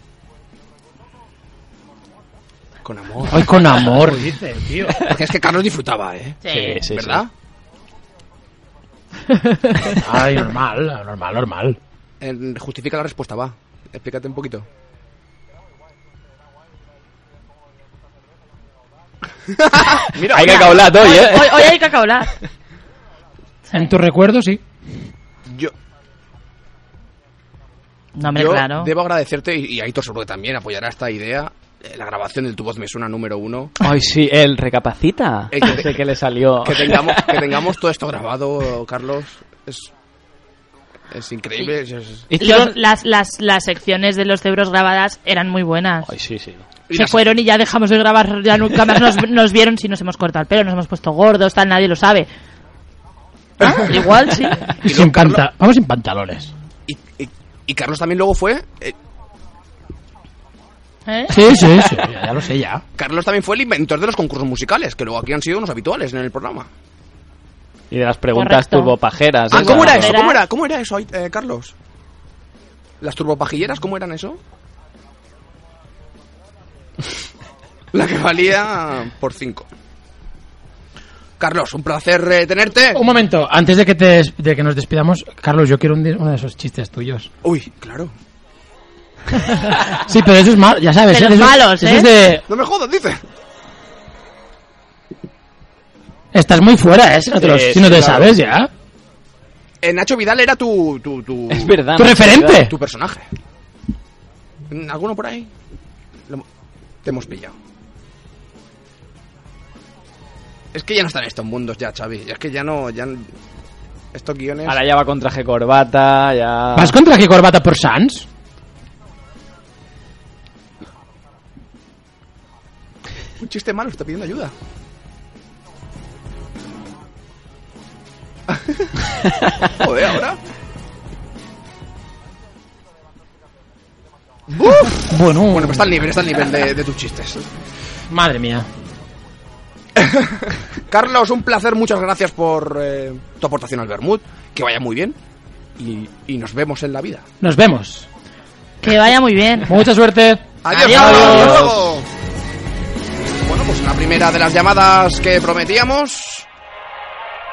Con amor. Ay, con amor, dice, tío. Porque es que Carlos disfrutaba, ¿eh? Sí. Sí, sí, ¿Verdad? Ay, normal, normal, normal. Eh, justifica la respuesta, va. Explícate un poquito. Mira, Hay oye, que hablar hoy, ¿eh? Hoy, hoy hay que hablar. En tu recuerdo, sí. yo, No, hombre, yo claro. debo agradecerte, y, y Aitor seguro que también apoyará esta idea, eh, la grabación del Tu Voz Me Suena número uno. Ay, sí, el recapacita. Eh, que- Ese que le salió. Que tengamos, que tengamos todo esto grabado, Carlos, es, es increíble. es- es- Los- las, las, las secciones de los cebros grabadas eran muy buenas. Ay, sí, sí. y Se las- fueron y ya dejamos de grabar, ya nunca más nos, nos vieron si nos hemos cortado el pelo, nos hemos puesto gordos, tal, nadie lo sabe. Ah, igual, sí. Y Y sin no, Carlos- panta- Vamos sin pantalones. y, y- y Carlos también luego fue... eh, ¿Eh? Sí, sí, sí, ya, ya lo sé ya. Carlos también fue el inventor de los concursos musicales, que luego aquí han sido unos habituales en el programa. Y de las preguntas Correcto. turbopajeras. Ah, esas. ¿cómo era eso? Era- ¿Cómo era, cómo era eso, eh, Carlos? ¿Las turbopajilleras cómo eran eso? La que valía por cinco. Carlos, un placer eh, tenerte. Un momento, antes de que, te, des- de que nos despidamos, Carlos, yo quiero un di- uno de esos chistes tuyos. Uy, claro. Sí, pero eso es malo, ya sabes. De ¿eh? los Eso- malos, eso ¿eh? es de... No me jodas, dice. Estás muy fuera, ¿eh? Si no te, los- Sí, si no sí, te claro. sabes ya. Eh, Nacho Vidal era tu... tu, tu, Es verdad. ¿Tu no, referente? es verdad. tu personaje. ¿Alguno por ahí? Lo- te hemos pillado. Es que ya no están estos mundos ya, Xavi. Es que ya no... Ya... n- Estos guiones... Ahora ya va con traje corbata, ya... ¿Vas contra qué corbata por Sans? Un chiste malo, está pidiendo ayuda. Joder, ahora. ¡Buf! Bueno, Bueno, pues está al nivel, está al nivel de, de tus chistes. madre mía. Carlos, un placer, muchas gracias por eh, tu aportación al Vermut. Que vaya muy bien. Y, y nos vemos en la vida. Nos vemos. Que vaya muy bien. Mucha suerte. Adiós. Adiós. Hasta luego. Bueno, pues la primera de las llamadas que prometíamos.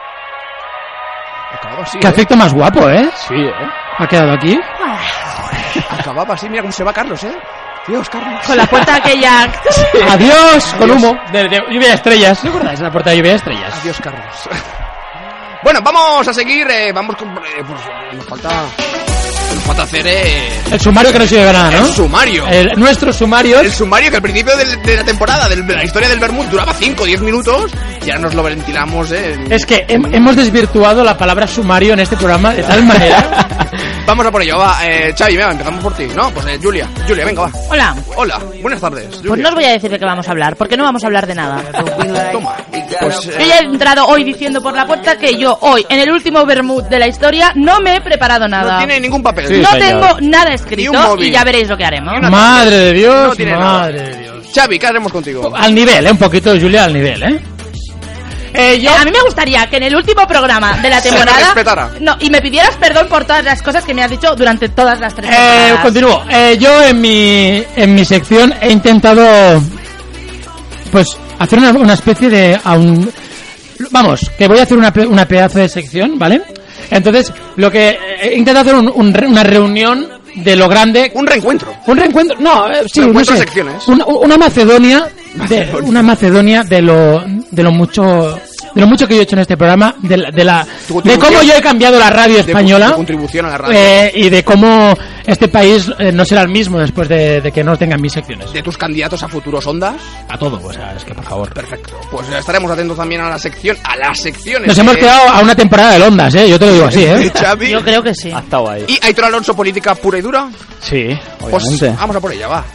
Ha acabado así, Qué ¿eh? afecto más guapo, ¿eh? Sí, ¿eh? Ha quedado aquí. Acababa así, mira cómo se va Carlos, ¿eh? Dios, Carlos. Con la puerta aquella... Adiós, con humo. De, de lluvia de estrellas. ¿No recordáis la puerta de lluvia de estrellas? Adiós, Carlos. Bueno, vamos a seguir. Eh, vamos con. Eh, pues, nos falta. Nos falta hacer. Eh, el sumario que no sirve de nada, ¿no? El sumario. El, nuestro sumario. El sumario que al principio de, de la temporada, de la historia del Vermut, duraba cinco o diez minutos. Y ahora nos lo ventilamos, ¿eh? Es que he, hemos desvirtuado la palabra sumario en este programa de tal manera. Vamos a por ello, va. Eh, Xavi, venga, empezamos por ti, ¿no? Pues eh, Julia. Julia, venga, va. Hola. Hola, buenas tardes. Julia. Pues no os voy a decir de qué vamos a hablar, porque no vamos a hablar de nada. Toma. Pues, eh... Yo ya he entrado hoy diciendo por la puerta que yo hoy, en el último Vermut de la historia, no me he preparado nada. No tiene ningún papel. Sí, no señor. Tengo nada escrito y ya veréis lo que haremos. Madre de Dios, no tiene madre nada. de Dios. Xavi, ¿qué haremos contigo? Al nivel, ¿eh? Un poquito de Julia al nivel, ¿eh? Eh, yo... A mí me gustaría que en el último programa de la temporada no, y me pidieras perdón por todas las cosas que me has dicho durante todas las tres temporadas. Eh, continúo. Eh, yo en mi en mi sección he intentado pues hacer una, una especie de a un, vamos, que voy a hacer una una pedazo de sección, ¿vale? Entonces, lo que he intentado hacer un, un, una reunión de lo grande, un reencuentro. Un reencuentro, no, eh, sí, no sé, secciones. Una, una Macedonia, de, una Macedonia de lo de lo mucho de lo mucho que yo he hecho en este programa, de la, de, la, de cómo yo he cambiado la radio española, de, de contribución a la radio, eh, y de cómo este país eh, no será el mismo después de, de que no tengan mis secciones. De tus candidatos a futuros ondas, a todo, o sea, es que por favor. Perfecto. Pues estaremos atentos también a la sección, a las secciones. Nos hemos quedado a una temporada de Ondas, eh, yo te lo digo así, eh. Xavi. Yo creo que sí. Ha estado ahí. ¿Y Aitor Alonso, política pura y dura? Sí, obviamente. Pues vamos a por ella, va.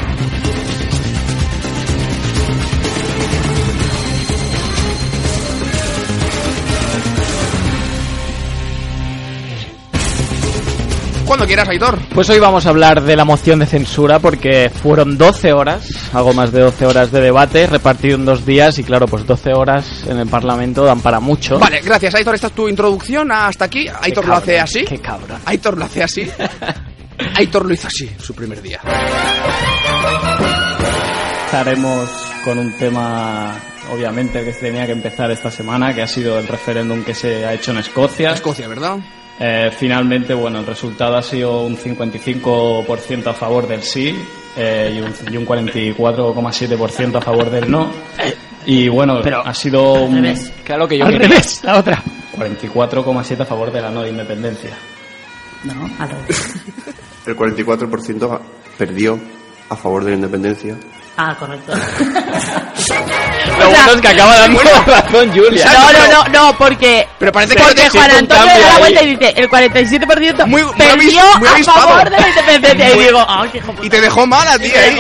Cuando quieras, Aitor. Pues hoy vamos a hablar de la moción de censura porque fueron doce horas, algo más de doce horas de debate repartido en dos días y claro, pues doce horas en el Parlamento dan para mucho. Vale, gracias, Aitor. Esta es tu introducción hasta aquí. Aitor lo hace así. Qué cabra. Aitor lo hace así. Aitor lo hizo así, su primer día. Estaremos con un tema, obviamente, que se tenía que empezar esta semana, que ha sido el referéndum que se ha hecho en Escocia. Escocia, ¿verdad? Eh, finalmente, bueno, el resultado ha sido un cincuenta y cinco por ciento a favor del sí eh, y, un, y un cuarenta y cuatro coma siete por ciento a favor del no. Y bueno, pero ha sido un... Revés. Claro que yo... Al revés, la otra. cuarenta y cuatro coma siete a favor de la no independencia. No, al revés. El cuarenta y cuatro por ciento perdió a favor de la independencia. Ah, correcto. Lo o sea, bueno es que acaba dando razón Julia. No, no, no, no, porque, pero parece que porque Juan Antonio da la vuelta y dice el cuarenta y siete por ciento muy, perdió muy a favor de la independencia. Y digo, oh, qué hijo y te dejó mal a ti ahí.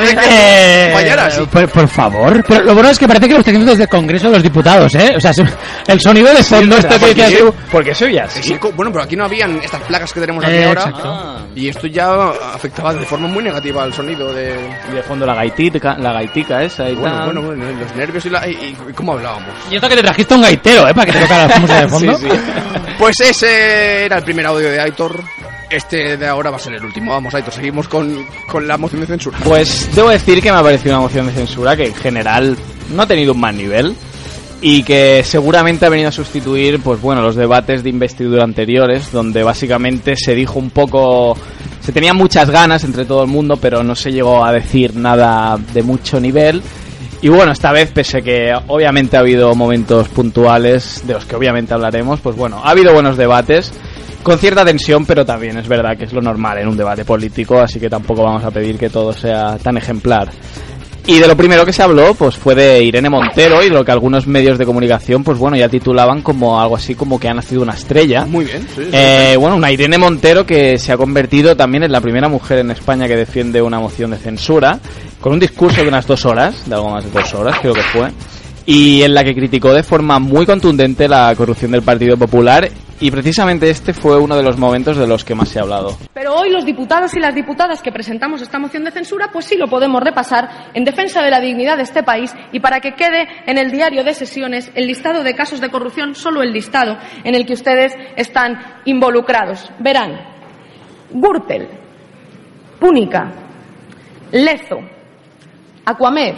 Eh, por, por favor. Pero lo bueno es que parece que lo está haciendo desde el Congreso de los Diputados, ¿eh? O sea, el sonido de fondo sí, esto que dices tú. Porque se oye así. Bueno, pero aquí no habían estas placas que tenemos aquí eh, ahora. Exacto. Ah. Y esto ya afectaba de forma muy negativa al sonido de... Y de fondo la gaitica, la gaitica esa y bueno, tal. bueno, bueno, los nervios y, la, y, y cómo hablábamos. Y esto que te trajiste un gaitero, ¿eh? Para que te tocara la música de fondo. Sí, sí. Pues ese era el primer audio de Aitor. Este de ahora va a ser el último. Vamos, Aitor, seguimos con, con la moción de censura. Pues debo decir que me ha parecido una moción de censura que en general no ha tenido un mal nivel y que seguramente ha venido a sustituir, pues bueno, los debates de investidura anteriores, donde básicamente se dijo un poco... Se tenían muchas ganas entre todo el mundo, pero no se llegó a decir nada de mucho nivel. Y bueno, esta vez, pese a que obviamente ha habido momentos puntuales, de los que obviamente hablaremos, pues bueno, ha habido buenos debates, con cierta tensión, pero también es verdad que es lo normal en un debate político, así que tampoco vamos a pedir que todo sea tan ejemplar. Y de lo primero que se habló, pues fue de Irene Montero y de lo que algunos medios de comunicación, pues bueno, ya titulaban como algo así como que ha nacido una estrella. Muy bien, sí, sí, eh, sí. Bueno, una Irene Montero que se ha convertido también en la primera mujer en España que defiende una moción de censura, con un discurso de unas dos horas, de algo más de dos horas creo que fue, y en la que criticó de forma muy contundente la corrupción del Partido Popular. Y precisamente este fue uno de los momentos de los que más se ha hablado. Pero hoy los diputados y las diputadas que presentamos esta moción de censura, pues sí lo podemos repasar en defensa de la dignidad de este país y para que quede en el diario de sesiones el listado de casos de corrupción, solo el listado en el que ustedes están involucrados. Verán, Gürtel, Púnica, Lezo, Aquamed,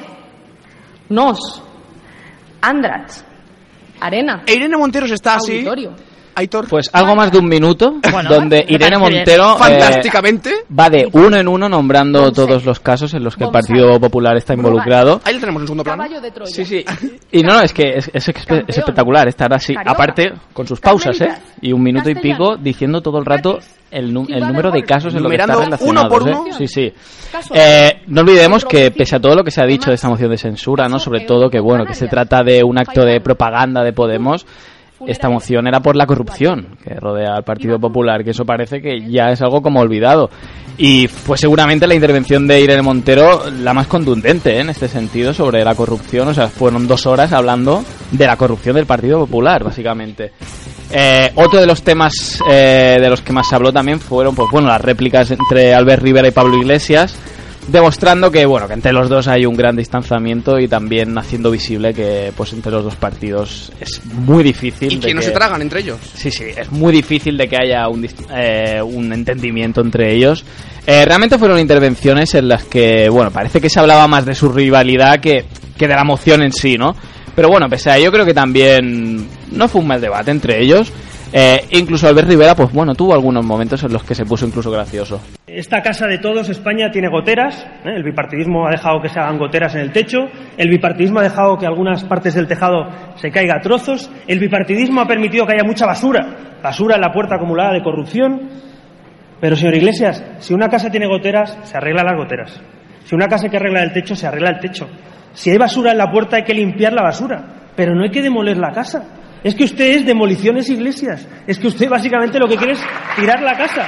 Nos, Andratx, Arena. E Irene Montero se está así... Auditorio. Aitor? Pues algo más de un minuto, Bueno, donde me Irene parece Montero eh, Fantásticamente. va de uno en uno nombrando todos los casos en los que el Partido Popular está involucrado. Ahí lo tenemos en segundo plano. Caballo de Troya. Sí, sí. Y no, es que es, es, espe- es espectacular estar así. Aparte, con sus pausas, ¿eh? Y un minuto y pico diciendo todo el rato el, nu- el número de casos en lo que está Numerando relacionado. uno por uno. ¿eh? Sí, sí. Eh, no olvidemos que pese a todo lo que se ha dicho de esta moción de censura, ¿no? Sobre todo que, bueno, que se trata de un acto de propaganda de Podemos. Esta moción era por la corrupción que rodea al Partido Popular, que eso parece que ya es algo como olvidado. Y fue seguramente la intervención de Irene Montero la más contundente, ¿eh? En este sentido sobre la corrupción. O sea, fueron dos horas hablando de la corrupción del Partido Popular, básicamente. Eh, otro de los temas eh, de los que más se habló también fueron, pues bueno, las réplicas entre Albert Rivera y Pablo Iglesias, demostrando que bueno que entre los dos hay un gran distanciamiento y también haciendo visible que pues entre los dos partidos es muy difícil Y de que no se tragan entre ellos. sí sí es muy difícil de que haya un dist- eh, un entendimiento entre ellos. Eh, realmente fueron intervenciones en las que bueno parece que se hablaba más de su rivalidad que que de la moción en sí, ¿no? Pero bueno, pese a ello creo que también no fue un mal debate entre ellos. Eh, incluso Albert Rivera, pues bueno, tuvo algunos momentos en los que se puso incluso gracioso. Esta casa de todos, España, tiene goteras, ¿eh? El bipartidismo ha dejado que se hagan goteras en el techo, el bipartidismo ha dejado que algunas partes del tejado se caiga a trozos, el bipartidismo ha permitido que haya mucha basura, basura en la puerta acumulada de corrupción. Pero, señor Iglesias, si una casa tiene goteras, se arregla las goteras. Si una casa hay que arreglar el techo, se arregla el techo. Si hay basura en la puerta, hay que limpiar la basura, pero no hay que demoler la casa. Es que usted es demoliciones Iglesias. Es que usted básicamente lo que quiere es tirar la casa.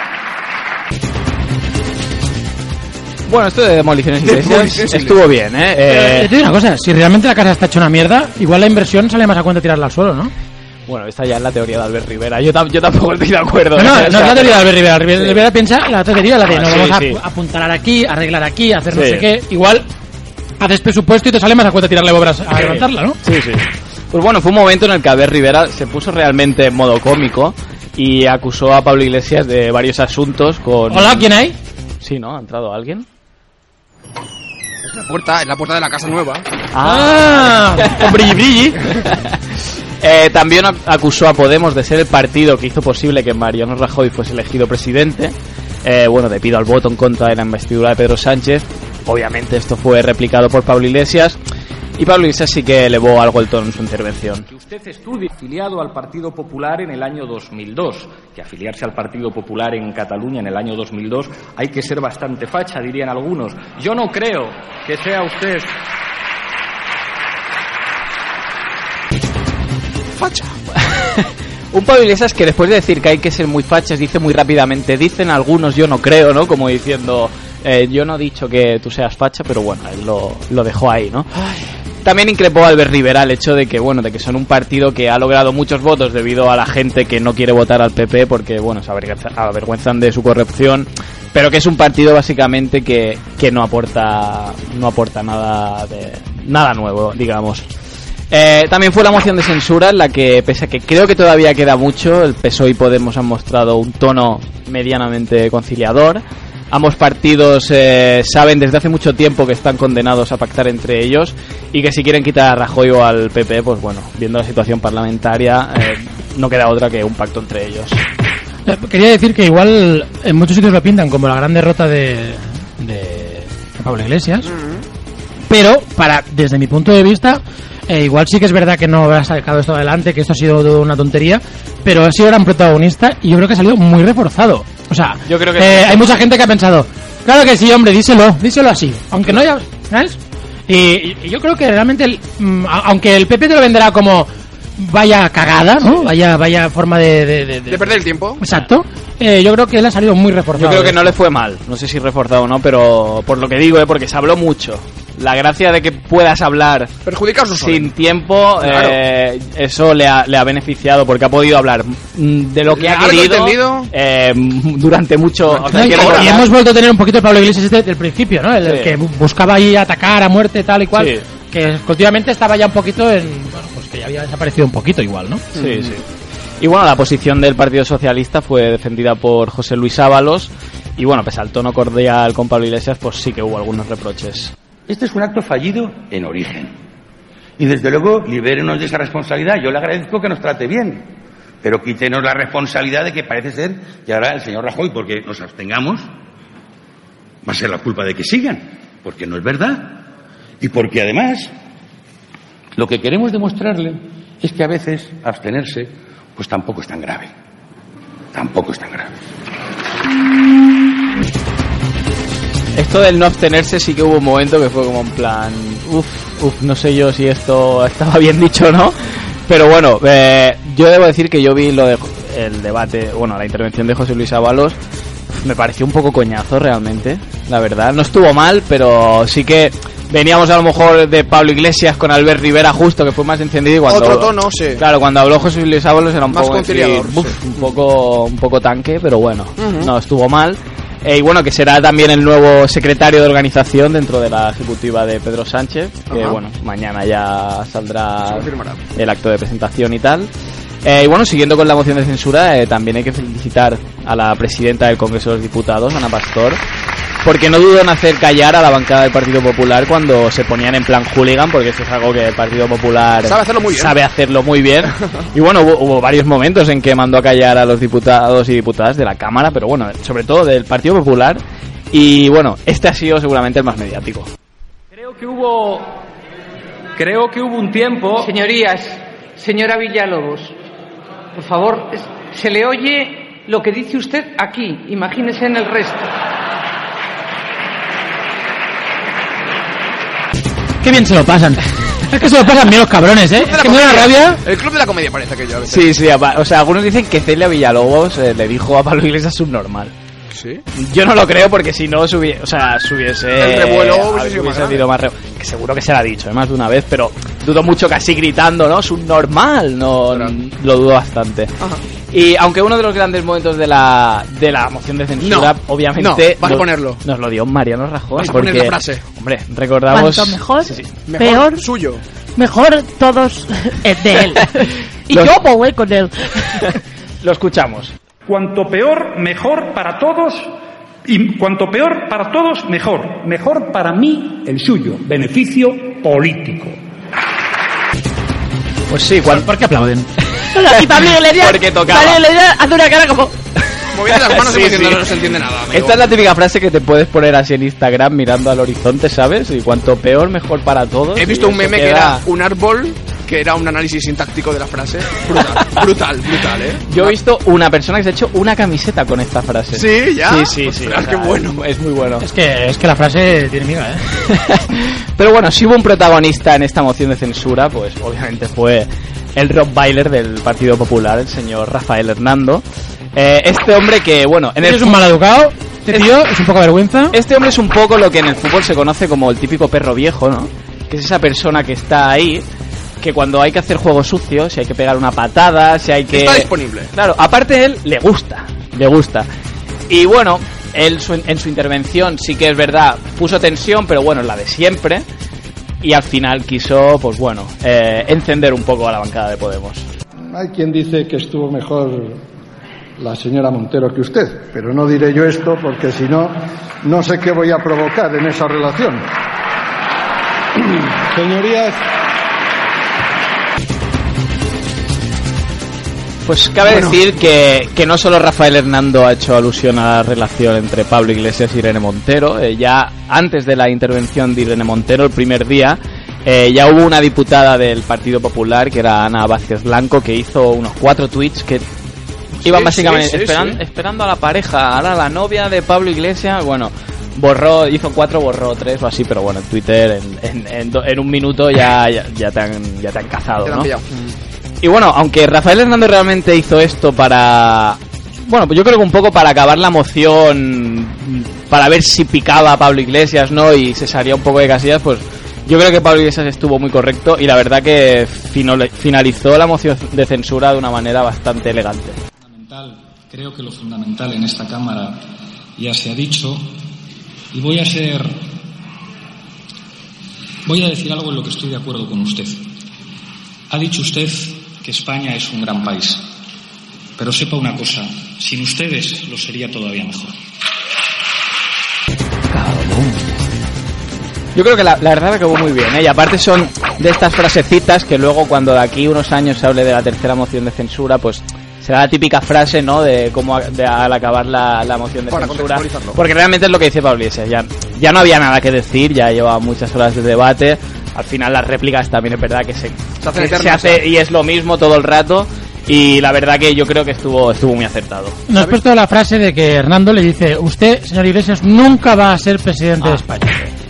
Bueno, esto de demoliciones Iglesias Demoliciones estuvo bien, ¿eh? Eh, eh te digo una cosa, si realmente la casa está hecha una mierda, igual la inversión sale más a cuenta tirarla al suelo, ¿no? bueno, esta ya es la teoría de Albert Rivera. Yo, tam- yo tampoco estoy de acuerdo. No, no, ¿eh? no O es sea, la teoría de Albert Rivera. Albert sí. Rivera piensa la otra teoría, la de Ah, no sí, vamos a sí. ap- apuntalar aquí, arreglar aquí, hacer no Sí. sé qué. Igual haces presupuesto y te sale más a cuenta tirarle obras a Sí. levantarla, ¿no? Sí, sí. Pues bueno, fue un momento en el que Albert Rivera se puso realmente en modo cómico y acusó a Pablo Iglesias de varios asuntos con... Hola, ¿quién hay? Sí, ¿no? ¿Ha entrado alguien? Es la puerta, es la puerta de la casa nueva. Ah, con brilli brilli. Eh, también ac- acusó a Podemos de ser el partido que hizo posible que Mariano Rajoy fuese elegido presidente. Eh, bueno, debido al voto en contra de la investidura de Pedro Sánchez. Obviamente esto fue replicado por Pablo Iglesias. Y Pablo Iglesias sí que elevó algo el tono en su intervención. Que usted estudie afiliado al Partido Popular en el año dos mil dos, que afiliarse al Partido Popular en Cataluña en el año dos mil dos hay que ser bastante facha, dirían algunos. Yo no creo que sea usted... Facha. Un Pablo Iglesias que después de decir que hay que ser muy fachas dice muy rápidamente, dicen algunos, yo no creo, ¿no? Como diciendo, eh, yo no he dicho que tú seas facha, pero bueno, él lo, lo dejó ahí, ¿no? También increpó a Albert Rivera el hecho de que, bueno, de que son un partido que ha logrado muchos votos debido a la gente que no quiere votar al P P porque, bueno, se avergüenza- avergüenzan de su corrupción, pero que es un partido básicamente que, que no aporta no aporta nada de nada nuevo, digamos. Eh, también fue la moción de censura en la que, pese a que creo que todavía queda mucho, el P S O E y Podemos han mostrado un tono medianamente conciliador. Ambos partidos eh, saben desde hace mucho tiempo que están condenados a pactar entre ellos y que si quieren quitar a Rajoy o al P P, pues bueno, viendo la situación parlamentaria, eh, no queda otra que un pacto entre ellos. Eh, Quería decir que igual en muchos sitios lo pintan como la gran derrota de, de Pablo Iglesias, pero para desde mi punto de vista, eh, igual sí que es verdad que no habrá sacado esto adelante, que esto ha sido una tontería, pero ha sido gran protagonista y yo creo que ha salido muy reforzado. O sea, Yo creo que eh, sí. hay mucha gente que ha pensado, claro que sí, hombre, díselo, díselo así, aunque no haya, ¿sabes? Y, y yo creo que realmente, el, mm, a- aunque el P P te lo venderá como vaya cagada, ¿no? Vaya vaya forma de... De, de- de- De perder el tiempo. Exacto. Eh, yo creo que él ha salido muy reforzado. Yo creo que de no esto. le fue mal, no sé si reforzado o no, pero por lo que digo, ¿eh? Porque se habló mucho. La gracia de que puedas hablar Perjudicar su sin tiempo, Claro. eh, eso le ha, le ha beneficiado porque ha podido hablar mm, de lo que ha Largo y querido tendido. eh, durante mucho. o sea, No, y, hay que y recordar- hemos vuelto a tener un poquito de Pablo Iglesias desde el principio, ¿no? El, el Sí. que bu- buscaba ahí atacar a muerte, tal y cual. Sí. Que continuamente estaba ya un poquito en... Bueno, pues que ya había desaparecido un poquito igual, ¿no? Sí, sí. Y bueno, la posición del Partido Socialista fue defendida por José Luis Ábalos. Y bueno, pese al tono cordial con Pablo Iglesias, pues sí que hubo algunos reproches. Este es un acto fallido en origen. Y desde luego, libérenos de esa responsabilidad. Yo le agradezco que nos trate bien. Pero quítenos la responsabilidad de que parece ser que ahora el señor Rajoy, porque nos abstengamos, va a ser la culpa de que sigan, porque no es verdad. Y porque además lo que queremos demostrarle es que a veces abstenerse pues tampoco es tan grave. Tampoco es tan grave. Esto del no abstenerse sí que hubo un momento que fue como en plan, uff, uff, no sé yo si esto estaba bien dicho o no, pero bueno, eh, yo debo decir que yo vi lo de el debate, bueno, la intervención de José Luis Ábalos, me pareció un poco coñazo realmente, la verdad, no estuvo mal, pero sí que veníamos a lo mejor de Pablo Iglesias con Albert Rivera justo, que fue más encendido, y cuando otro tono, sí. Claro, cuando habló José Luis Ábalos era un más poco conciliador, decir, uf, sí. un poco un poco tanque, pero bueno, uh-huh. no estuvo mal. Eh, y bueno, que será también el nuevo secretario de organización dentro de la ejecutiva de Pedro Sánchez, que Ajá. bueno, mañana ya saldrá Se el acto de presentación y tal. Eh, y bueno, siguiendo con la moción de censura, eh, también hay que felicitar a la presidenta del Congreso de los Diputados, Ana Pastor, porque no dudó en hacer callar a la bancada del Partido Popular cuando se ponían en plan hooligan, porque eso es algo que el Partido Popular sabe hacerlo muy bien. Sabe hacerlo muy bien. Y bueno, hubo, hubo varios momentos en que mandó a callar a los diputados y diputadas de la Cámara, pero bueno, sobre todo del Partido Popular. Y bueno, este ha sido seguramente el más mediático. Creo que hubo, creo que hubo un tiempo... Señorías, señora Villalobos, por favor, se le oye lo que dice usted aquí, imagínese en el resto. Qué bien se lo pasan. Es que se lo pasan bien los cabrones, ¿eh? Es que me da una rabia. El club de la comedia parece aquello. A veces. Sí, sí, o sea, algunos dicen que Celia Villalobos eh, le dijo a Pablo Iglesias subnormal. ¿Sí? Yo no lo creo porque si no subiese, o sea, subiese el revuelo hubiese sido más, sido más re... que seguro que se lo ha dicho, ¿eh? Más de una vez, pero dudo mucho casi gritando, ¿no? Subnormal, no, claro. Lo dudo bastante. Ajá. Y aunque uno de los grandes momentos de la de la moción de censura, no, obviamente, no, vas a ponerlo. Nos lo dio Mariano Rajoy. Vas a porque, poner la frase. Hombre, recordamos. ¿Cuánto mejor? Sí, sí. Mejor peor. Suyo. Mejor todos es de él. Y Los... yo pues voy con él. Lo escuchamos. Cuanto peor, mejor para todos. Y cuanto peor para todos, mejor. Mejor para mí, el suyo. Beneficio político. Pues sí, cuando... ¿por qué aplauden? Y Pablo Iglesias, porque tocaba. Pablo Iglesias hace una cara como... Moviendo las manos sí, y diciendo sí. no se entiende nada, amigo. Esta es la típica frase que te puedes poner así en Instagram mirando al horizonte, ¿sabes? Y cuanto peor, mejor para todos. He visto un meme queda... que era un árbol, que era un análisis sintáctico de la frase. Brutal, brutal, brutal, ¿eh? Yo he visto una persona que se ha hecho una camiseta con esta frase. ¿Sí? ¿Ya? Sí, sí, sí. Ostras, o sea, qué bueno. Es, es muy bueno. Es que, es que la frase tiene miga, ¿eh? Pero bueno, si hubo un protagonista en esta moción de censura, pues obviamente fue el rottweiler del Partido Popular, el señor Rafael Hernando. Eh, este hombre que, bueno... en el es un mal educado, este tío es un poco vergüenza. Este hombre es un poco lo que en el fútbol se conoce como el típico perro viejo, ¿no? Que es esa persona que está ahí, que cuando hay que hacer juegos sucios, si hay que pegar una patada, si hay que... Está disponible. Claro, aparte de él, le gusta, le gusta. Y bueno, él su, en su intervención sí que es verdad, puso tensión, pero bueno, la de siempre. Y al final quiso, pues bueno, eh, encender un poco a la bancada de Podemos. Hay quien dice que estuvo mejor la señora Montero que usted, pero no diré yo esto porque si no, no sé qué voy a provocar en esa relación. Señorías... Pues cabe bueno. decir que, que no solo Rafael Hernando ha hecho alusión a la relación entre Pablo Iglesias y Irene Montero. Eh, ya antes de la intervención de Irene Montero, el primer día, eh, ya hubo una diputada del Partido Popular, que era Ana Vázquez Blanco, que hizo unos cuatro tweets que iban sí, básicamente sí, sí, esperan, sí. esperando a la pareja, ahora la novia de Pablo Iglesias. Bueno, borró, hizo cuatro, borró tres o así, pero bueno, en Twitter en, en, en, do, en un minuto ya, ya, ya, te han, ya te han cazado, ¿no? Y bueno, aunque Rafael Hernández realmente hizo esto para... Bueno, pues yo creo que un poco para acabar la moción, para ver si picaba a Pablo Iglesias, ¿no? Y se salía un poco de casillas, pues yo creo que Pablo Iglesias estuvo muy correcto y la verdad que finalizó la moción de censura de una manera bastante elegante. Fundamental, creo que lo fundamental en esta Cámara ya se ha dicho y voy a ser... Voy a decir algo en lo que estoy de acuerdo con usted. Ha dicho usted que España es un gran país, pero sepa una cosa, sin ustedes lo sería todavía mejor. Yo creo que la, la verdad acabó muy bien, ¿eh? Y aparte son de estas frasecitas que luego cuando de aquí unos años se hable de la tercera moción de censura, pues será la típica frase, ¿no? De cómo a- de, al acabar la, la moción de Para censura. contextualizarlo. Porque realmente es lo que dice Pablo Iglesias. Ya, ya no había nada que decir, ya llevaba muchas horas de debate. Al final las réplicas también es verdad que se, Se hacen que se eternas, hace ya. y es lo mismo todo el rato. Y la verdad que yo creo que estuvo estuvo muy acertado. Nos has puesto la frase de que Hernando le dice: usted, señor Iglesias, nunca va a ser presidente Ah. de España.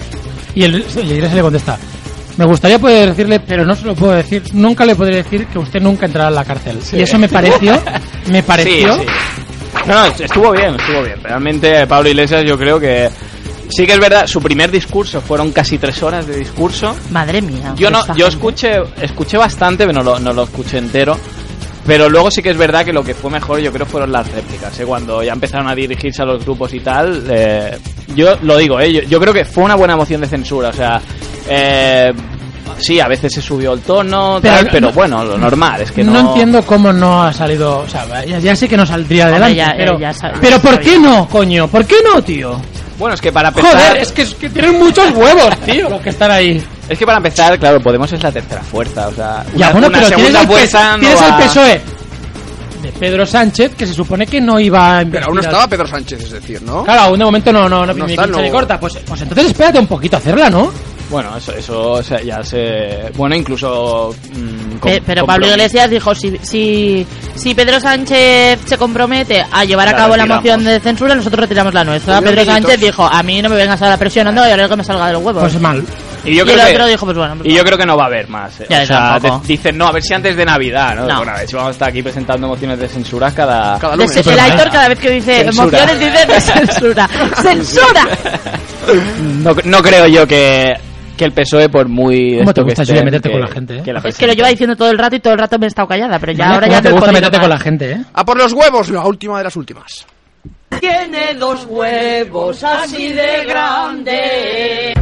Y el, y Iglesias le contesta: me gustaría poder decirle, pero no se lo puedo decir, nunca le podré decir que usted nunca entrará en la cárcel. Sí. Y eso me pareció, me pareció... Sí, sí. No, no, estuvo bien, estuvo bien. Realmente Pablo Iglesias yo creo que... Sí que es verdad, su primer discurso fueron casi tres horas de discurso. Madre mía. Yo no, esta yo gente. escuché, escuché bastante, pero no lo, no lo escuché entero. Pero luego sí que es verdad que lo que fue mejor yo creo fueron las réplicas, ¿eh? Cuando ya empezaron a dirigirse a los grupos y tal. Eh, yo lo digo, ¿eh? yo, yo creo que fue una buena moción de censura, o sea... Eh, sí, a veces se subió el tono, Pero tal, no- pero bueno, lo normal es que no... No entiendo cómo no ha salido... O sea, ya, ya sé que no saldría Hombre, adelante, ya- pero... ya sab- pero ya ¿por sabía. qué no, coño? ¿Por qué no, tío? Bueno, es que para empezar... Joder, es que, es que tienen muchos huevos, tío, los que están ahí. Es que para empezar, claro, Podemos es la tercera fuerza, o sea... Ya, una- bueno, una pero tienes, segunda al, P- fuerza no tienes va- al P S O E de Pedro Sánchez, que se supone que no iba a Pero aún no estaba Pedro Sánchez, es decir, ¿no? Claro, aún de momento no, no, no, No ni está, pincha no. ni corta. Pues, pues entonces espérate un poquito a hacerla, ¿no? Bueno, eso, eso o sea, ya se... Bueno, incluso... mm, com- Pe- Pero Pablo compromis- Iglesias dijo, si, si, si Pedro Sánchez se compromete a llevar a La cabo la retiramos. moción de censura, nosotros retiramos la nuestra. Pues Pedro bien, Sánchez bonitos. dijo, a mí no me vengas ahora presionando y ahora que me salga de los huevos. Pues mal. Y yo Y creo el que... otro dijo, pues bueno, pues Y yo bueno. creo que no va a haber más. eh. Ya, o sea, tampoco. de- dicen, no, a ver si antes de Navidad, ¿no? No. Bueno, a ver si vamos a estar aquí presentando mociones de censura cada... Cada De- lunes. el Aitor cada vez que dice Censura. emociones dice de censura. ¡Censura! No, no creo yo que, que el P S O E, por muy... ¿Cómo te esto que gusta, estén, Julia, meterte que- con la gente, eh? que la Es que lo lleva diciendo todo el rato y todo el rato me he estado callada, pero ya Vale, ahora ¿cómo ya te no he gusta podido meterte más. con la gente, eh? A por los huevos, la última de las últimas. Tiene dos huevos así de grande.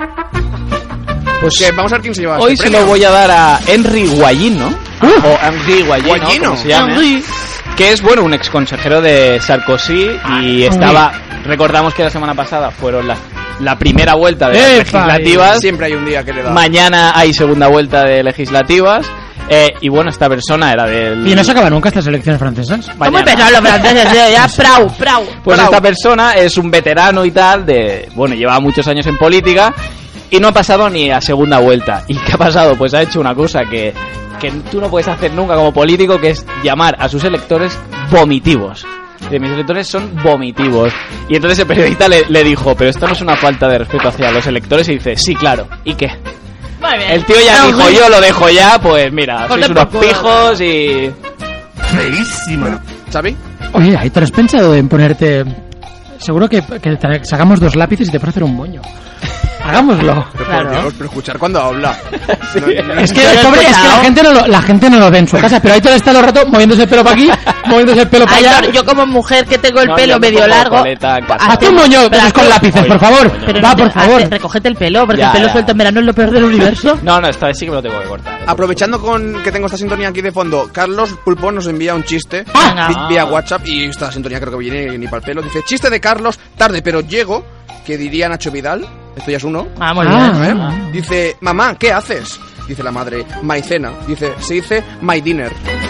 Pues Que vamos a ver quién se lleva hoy este se premio. lo voy a dar a Henry Guayino, o Henry Guayino, Guayino. como se llame, Henry. que es, bueno, un ex consejero de Sarkozy y estaba, recordamos que la semana pasada fueron las la primera vuelta de las ¡Epa! legislativas. Siempre hay un día que le da. Mañana hay segunda vuelta de legislativas. Eh, y bueno, esta persona era del... Y no se acaba nunca estas elecciones francesas. Son muy Mañana. pesados los franceses, tío, ya prau, prau. Pues Bravo. esta persona es un veterano y tal, de bueno, lleva muchos años en política y no ha pasado ni a segunda vuelta. ¿Y qué ha pasado? Pues ha hecho una cosa que, que tú no puedes hacer nunca como político, que es llamar a sus electores vomitivos. De mis electores son vomitivos. Y entonces el periodista le, le dijo, pero esto no es una falta de respeto hacia los electores. Y dice, sí, claro. ¿Y qué? Muy bien. El tío ya No, dijo, muy- yo lo dejo ya, pues mira, Joder, sois unos por culo. pijos y... Feísima. ¿Xavi? Oye, ahí te lo has pensado en ponerte... Seguro que, que te sacamos dos lápices y te puedes hacer un moño. Hagámoslo. Pero, Claro. por Dios, pero escuchar cuando habla. No, no, Es que, Pero es pobre, es que pesado. la gente no lo, la gente no lo ve en su casa, pero ahí todo está todo el rato moviéndose el pelo para aquí, moviéndose el pelo para allá. Aitor, yo como mujer que tengo el No, pelo yo me medio pongo largo, coleta en casa. Hazte un moño de Pero esos con hazte- lápices, por favor. pero Va, no te- por favor. hazte- recógete el pelo, porque Ya, el pelo ya. suelto en verano es lo peor del universo. No, no, esta vez sí que me lo tengo que cortar. Aprovechando con que tengo esta sintonía aquí de fondo, Carlos Pulpón nos envía un chiste Venga. vi- vía WhatsApp y esta sintonía creo que viene ni para el pelo. Dice, chiste de Carlos, tarde pero llego, que diría Nacho Vidal. Esto ya es uno. Ah, muy Ah, bien. ¿Eh? Dice, mamá, ¿qué haces? Dice la madre, my cena. Dice, se dice my dinner.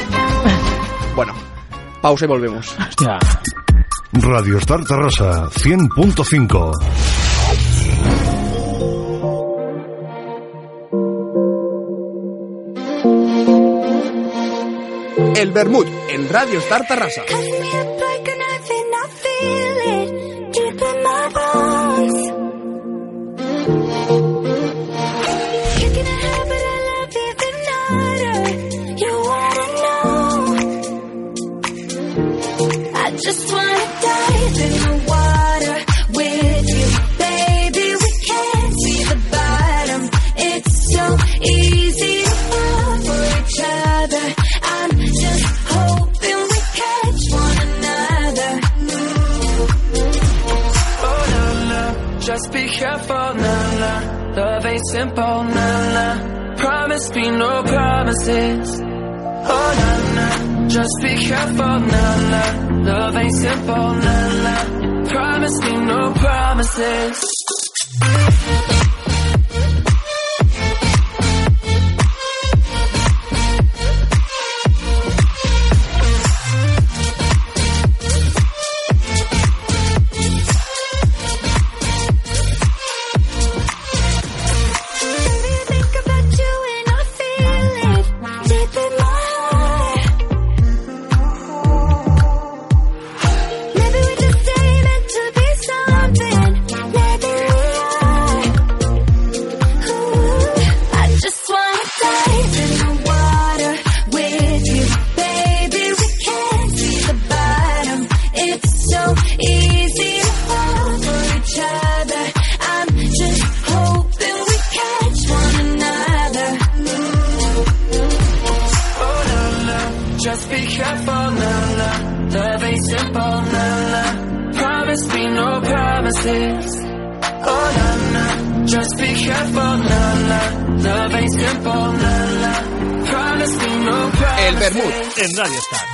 Bueno, pausa y volvemos. Hostia. Radio Star Tarrasa cien punto cinco. El Bermud en Radio Star Tarrasa. I just wanna dive in the water with you, baby. We can't see the bottom. It's so easy to fall for each other. I'm just hoping we catch one another. Oh na na, just be careful, na na. Love ain't simple, na na. Promise me no promises. Oh na na, just be careful, na na. Love ain't simple, na na. Promise me no promises. promises. Oh na na, just be careful, na na. Love ain't simple, na na. Promise me no promises. El Vermut en Radio Star.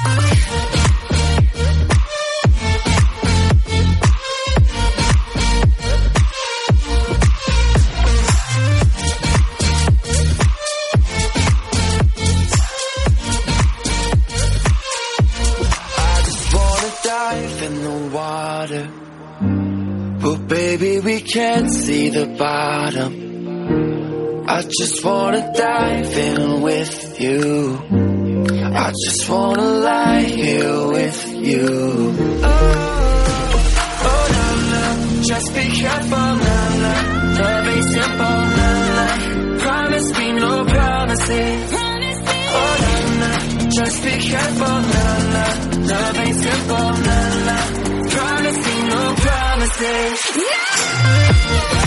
In the water, but baby we can't see the bottom. I just wanna dive in with you. I just wanna lie here with you. Oh, oh na na, just be careful, na na. Love ain't simple, na na. Promise me no promises. Oh na na, just be careful, na na. Love ain't simple, na na. Promise me no promises. No!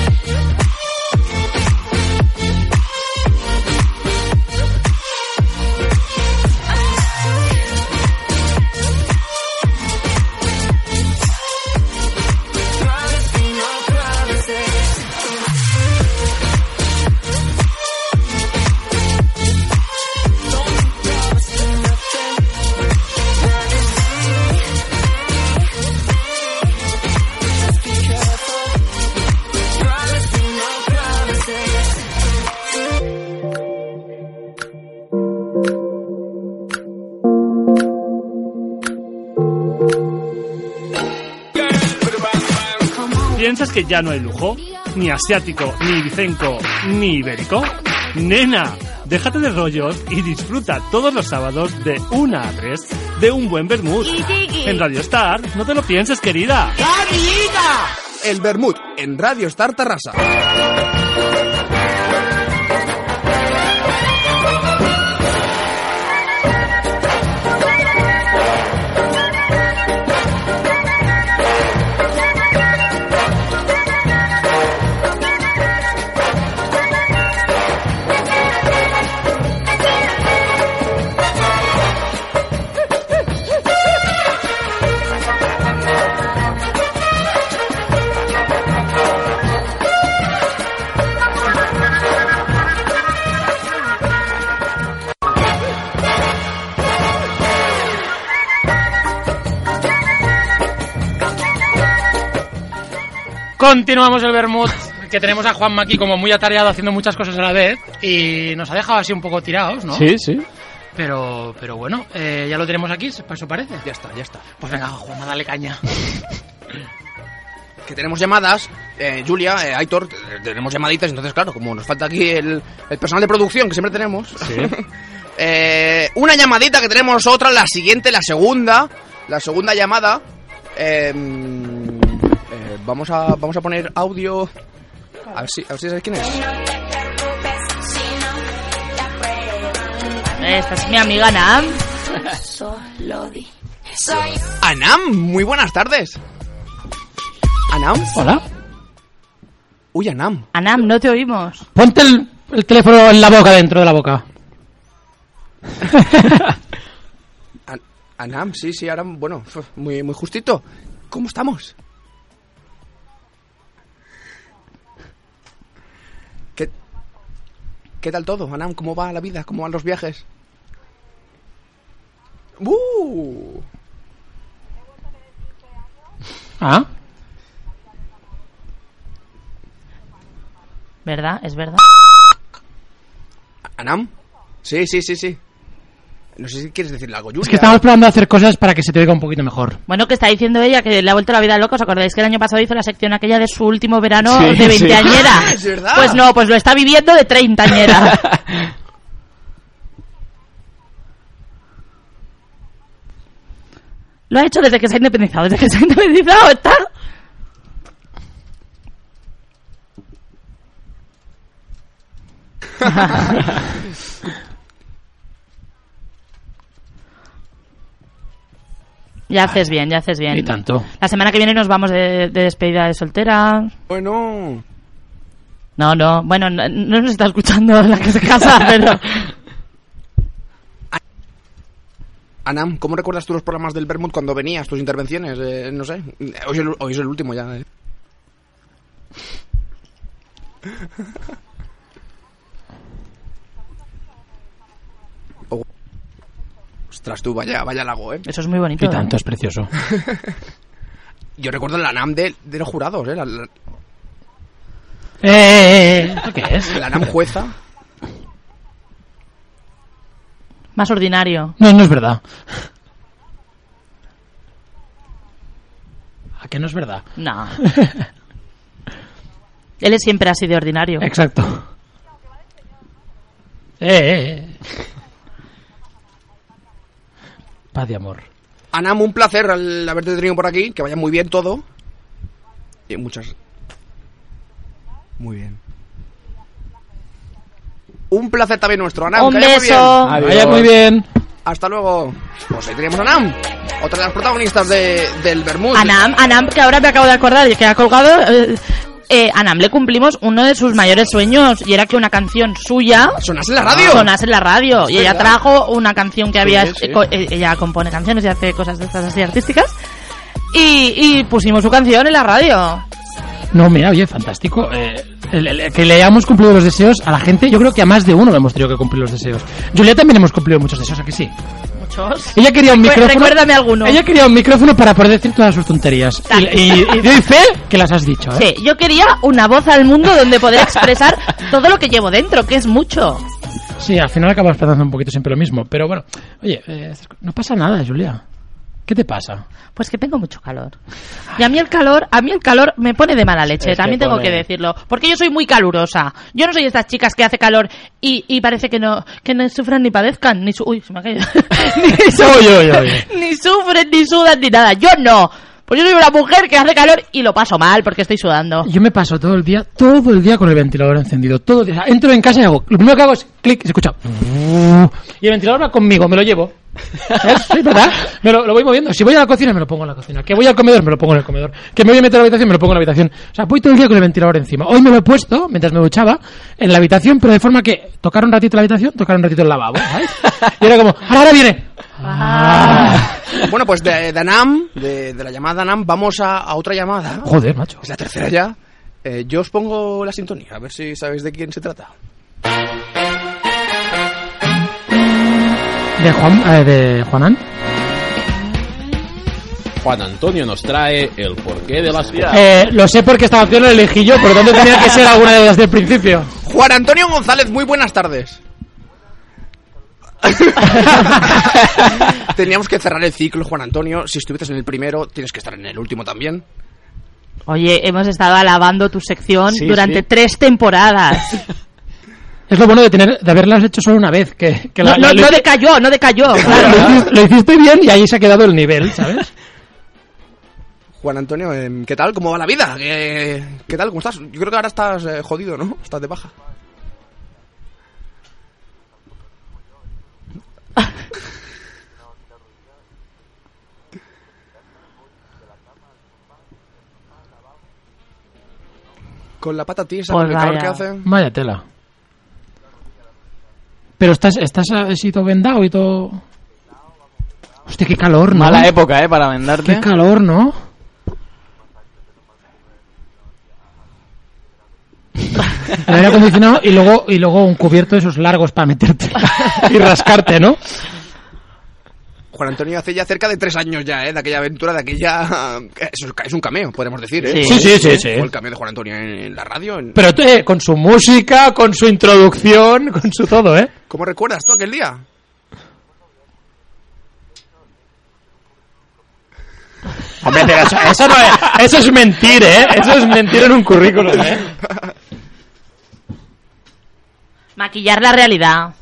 ¿Piensas que ya no hay lujo? Ni asiático, ni ibicenco, ni ibérico. Nena, déjate de rollos y disfruta todos los sábados de una a tres de un buen vermut. En Radio Star, no te lo pienses, querida. El Vermut en Radio Star Tarrasa. Continuamos el vermut, que tenemos a Juanma aquí como muy atareado haciendo muchas cosas a la vez y nos ha dejado así un poco tirados, ¿no? Sí, sí. Pero, pero bueno, eh, ya lo tenemos aquí, ¿eso parece? Ya está, ya está. Pues venga, Juanma, dale caña. Que tenemos llamadas, eh, Julia, eh, Aitor, eh, tenemos llamaditas, entonces claro, como nos falta aquí el, el personal de producción que siempre tenemos. Sí. eh, una llamadita que tenemos otra, la siguiente, la segunda, la segunda llamada. Eh, eh, vamos a vamos a poner audio. A ver si, a ver si sabes quién es. Esta es mi amiga Anam. Anam, muy buenas tardes. Anam. Hola. Uy, Anam. Anam, no te oímos. Ponte el, el teléfono en la boca, dentro de la boca. An- Anam, sí, sí, ahora, bueno, muy, muy justito. ¿Cómo estamos? ¿Qué, ¿Qué tal todo, Anam? ¿Cómo va la vida? ¿Cómo van los viajes? ¡Uh! ¿Ah? ¿Verdad? ¿Es verdad? ¿Anam? Sí, sí, sí, sí. No sé si quieres decirle algo, Julia. Es que estamos probando a hacer cosas para que se te oiga un poquito mejor. Bueno, que está diciendo ella que le ha vuelto la vida loca. ¿Os acordáis que el año pasado hizo la sección aquella de su último verano Sí, de veinteañera? Sí. Es verdad. Pues no, pues lo está viviendo de treintañera. Lo ha hecho desde que se ha independizado. Desde que se ha independizado está... Ya haces bien, ya haces bien. Y tanto. La semana que viene nos vamos de, de despedida de soltera. Bueno. No, no, bueno, no, no nos está escuchando la que se casa, pero... Anam, ¿cómo recuerdas tú los programas del Vermut cuando venías, tus intervenciones? Eh, no sé, hoy es, el, hoy es el último ya. Eh. Oh. Ostras, tú, vaya, vaya lago, ¿eh? Eso es muy bonito. Y tanto, es precioso. Yo recuerdo la NAM de, de los jurados, ¿eh? La, la... Eh, ¿qué es? La NAM jueza. Más ordinario. No, no es verdad. ¿A qué no es verdad? No. Él es siempre así de ordinario. Exacto. Eh, eh. Paz y amor. Anam, un placer al haberte tenido por aquí. Que vaya muy bien todo. Y muchas... Muy bien. Un placer también nuestro, Anam. Un que vaya beso. Muy bien. Vaya muy bien. Hasta luego. Pues ahí teníamos a Anam. Otra de las protagonistas de, del Vermut. Anam, Anam, que ahora me acabo de acordar y que ha colgado... Eh, eh, Anam le cumplimos uno de sus mayores sueños y era que una canción suya sonase en la radio. Sonase en la radio. Es Y ella verdad. trajo una canción que había... Sí, sí. eh, co- eh, ella compone canciones y hace cosas de estas así artísticas. Y, y pusimos su canción en la radio. No, mira, oye, fantástico. Eh, el- el- que le hayamos cumplido los deseos a la gente, yo creo que a más de uno le hemos tenido que cumplir los deseos. Julia también hemos cumplido muchos deseos, ¿a que sí? Muchos. Ella quería un Recu- micrófono. Recuérdame alguno. Ella quería un micrófono para poder decir todas sus tonterías. Y, y, y doy fe que las has dicho, ¿eh? Sí, yo quería una voz al mundo donde poder expresar todo lo que llevo dentro, que es mucho. Sí, al final acabas pensando un poquito siempre lo mismo. Pero bueno, oye, eh, no pasa nada, Julia. ¿Qué te pasa? Pues que tengo mucho calor. Y a mí el calor, a mí el calor me pone de mala leche, Es que también tengo pone- que decirlo. Porque yo soy muy calurosa. Yo no soy de estas chicas que hace calor y, y parece que no, que no sufran ni padezcan, ni su, uy, se me ha caído. ni, su- Oye, oye, oye. ni sufren, ni sudan, ni nada. Yo no. Pues yo soy una mujer que hace calor y lo paso mal porque estoy sudando. Yo me paso todo el día, todo el día con el ventilador encendido. Todo el día. O sea, entro en casa y hago, lo primero que hago es clic, y se escucha. Y el ventilador va conmigo, me lo llevo. ¿Sabes? Sí, ¿verdad? Me lo, lo voy moviendo. Si voy a la cocina, me lo pongo en la cocina. Que voy al comedor, me lo pongo en el comedor. Que me voy a meter a la habitación, me lo pongo en la habitación. O sea, voy todo el día con el ventilador encima. Hoy me lo he puesto, mientras me duchaba, en la habitación, pero de forma que tocar un ratito la habitación, tocar un ratito el lavabo, ¿sabes? Y era como, ahora, ahora viene. Ah. Bueno, pues de, de Anam, de, de la llamada Anam, vamos a, a otra llamada. Joder, macho. Es la tercera ya. Eh, yo os pongo la sintonía, a ver si sabéis de quién se trata. ¿De Juan, eh, de Juanan? Juan Antonio nos trae el porqué de las cosas. Eh, lo sé porque esta canción la elegí yo, por lo tanto tenía que ser alguna de las del principio. Juan Antonio González, muy buenas tardes. Teníamos que cerrar el ciclo, Juan Antonio. Si estuvieras en el primero, tienes que estar en el último también. Oye, hemos estado alabando tu sección Sí, durante sí. tres temporadas. Es lo bueno de tener de haberlas hecho solo una vez. Que, que No, la- no, la- no lo- decayó, no decayó. lo, hiciste, lo hiciste bien y ahí se ha quedado el nivel, ¿sabes? Juan Antonio, eh, ¿qué tal? ¿Cómo va la vida? ¿Qué, qué tal? ¿Cómo estás? Yo creo que ahora estás eh, jodido, ¿no? Estás de baja. Con la pata tiesa, Pues con el calor vaya. que hace. Vaya tela. Pero estás, estás así todo vendado y todo... Hostia, qué calor, ¿no? Mala época, ¿eh? Para vendarte. Qué calor, ¿no? El aire acondicionado y luego, y luego un cubierto de esos largos para meterte y rascarte, ¿no? Juan Antonio hace ya cerca de tres años ya, ¿eh? De aquella aventura, de aquella... Es un, es un cameo, podemos decir, ¿eh? Sí, sí, sí, sí. Fue el cameo de Juan Antonio en la radio. en- Pero eh, con su música, con su introducción, con su todo, ¿eh? ¿Cómo recuerdas tú aquel día? Hombre, pero eso, eso no es, eso es mentir, ¿eh? Eso es mentir en un currículum, ¿eh? Maquillar la realidad.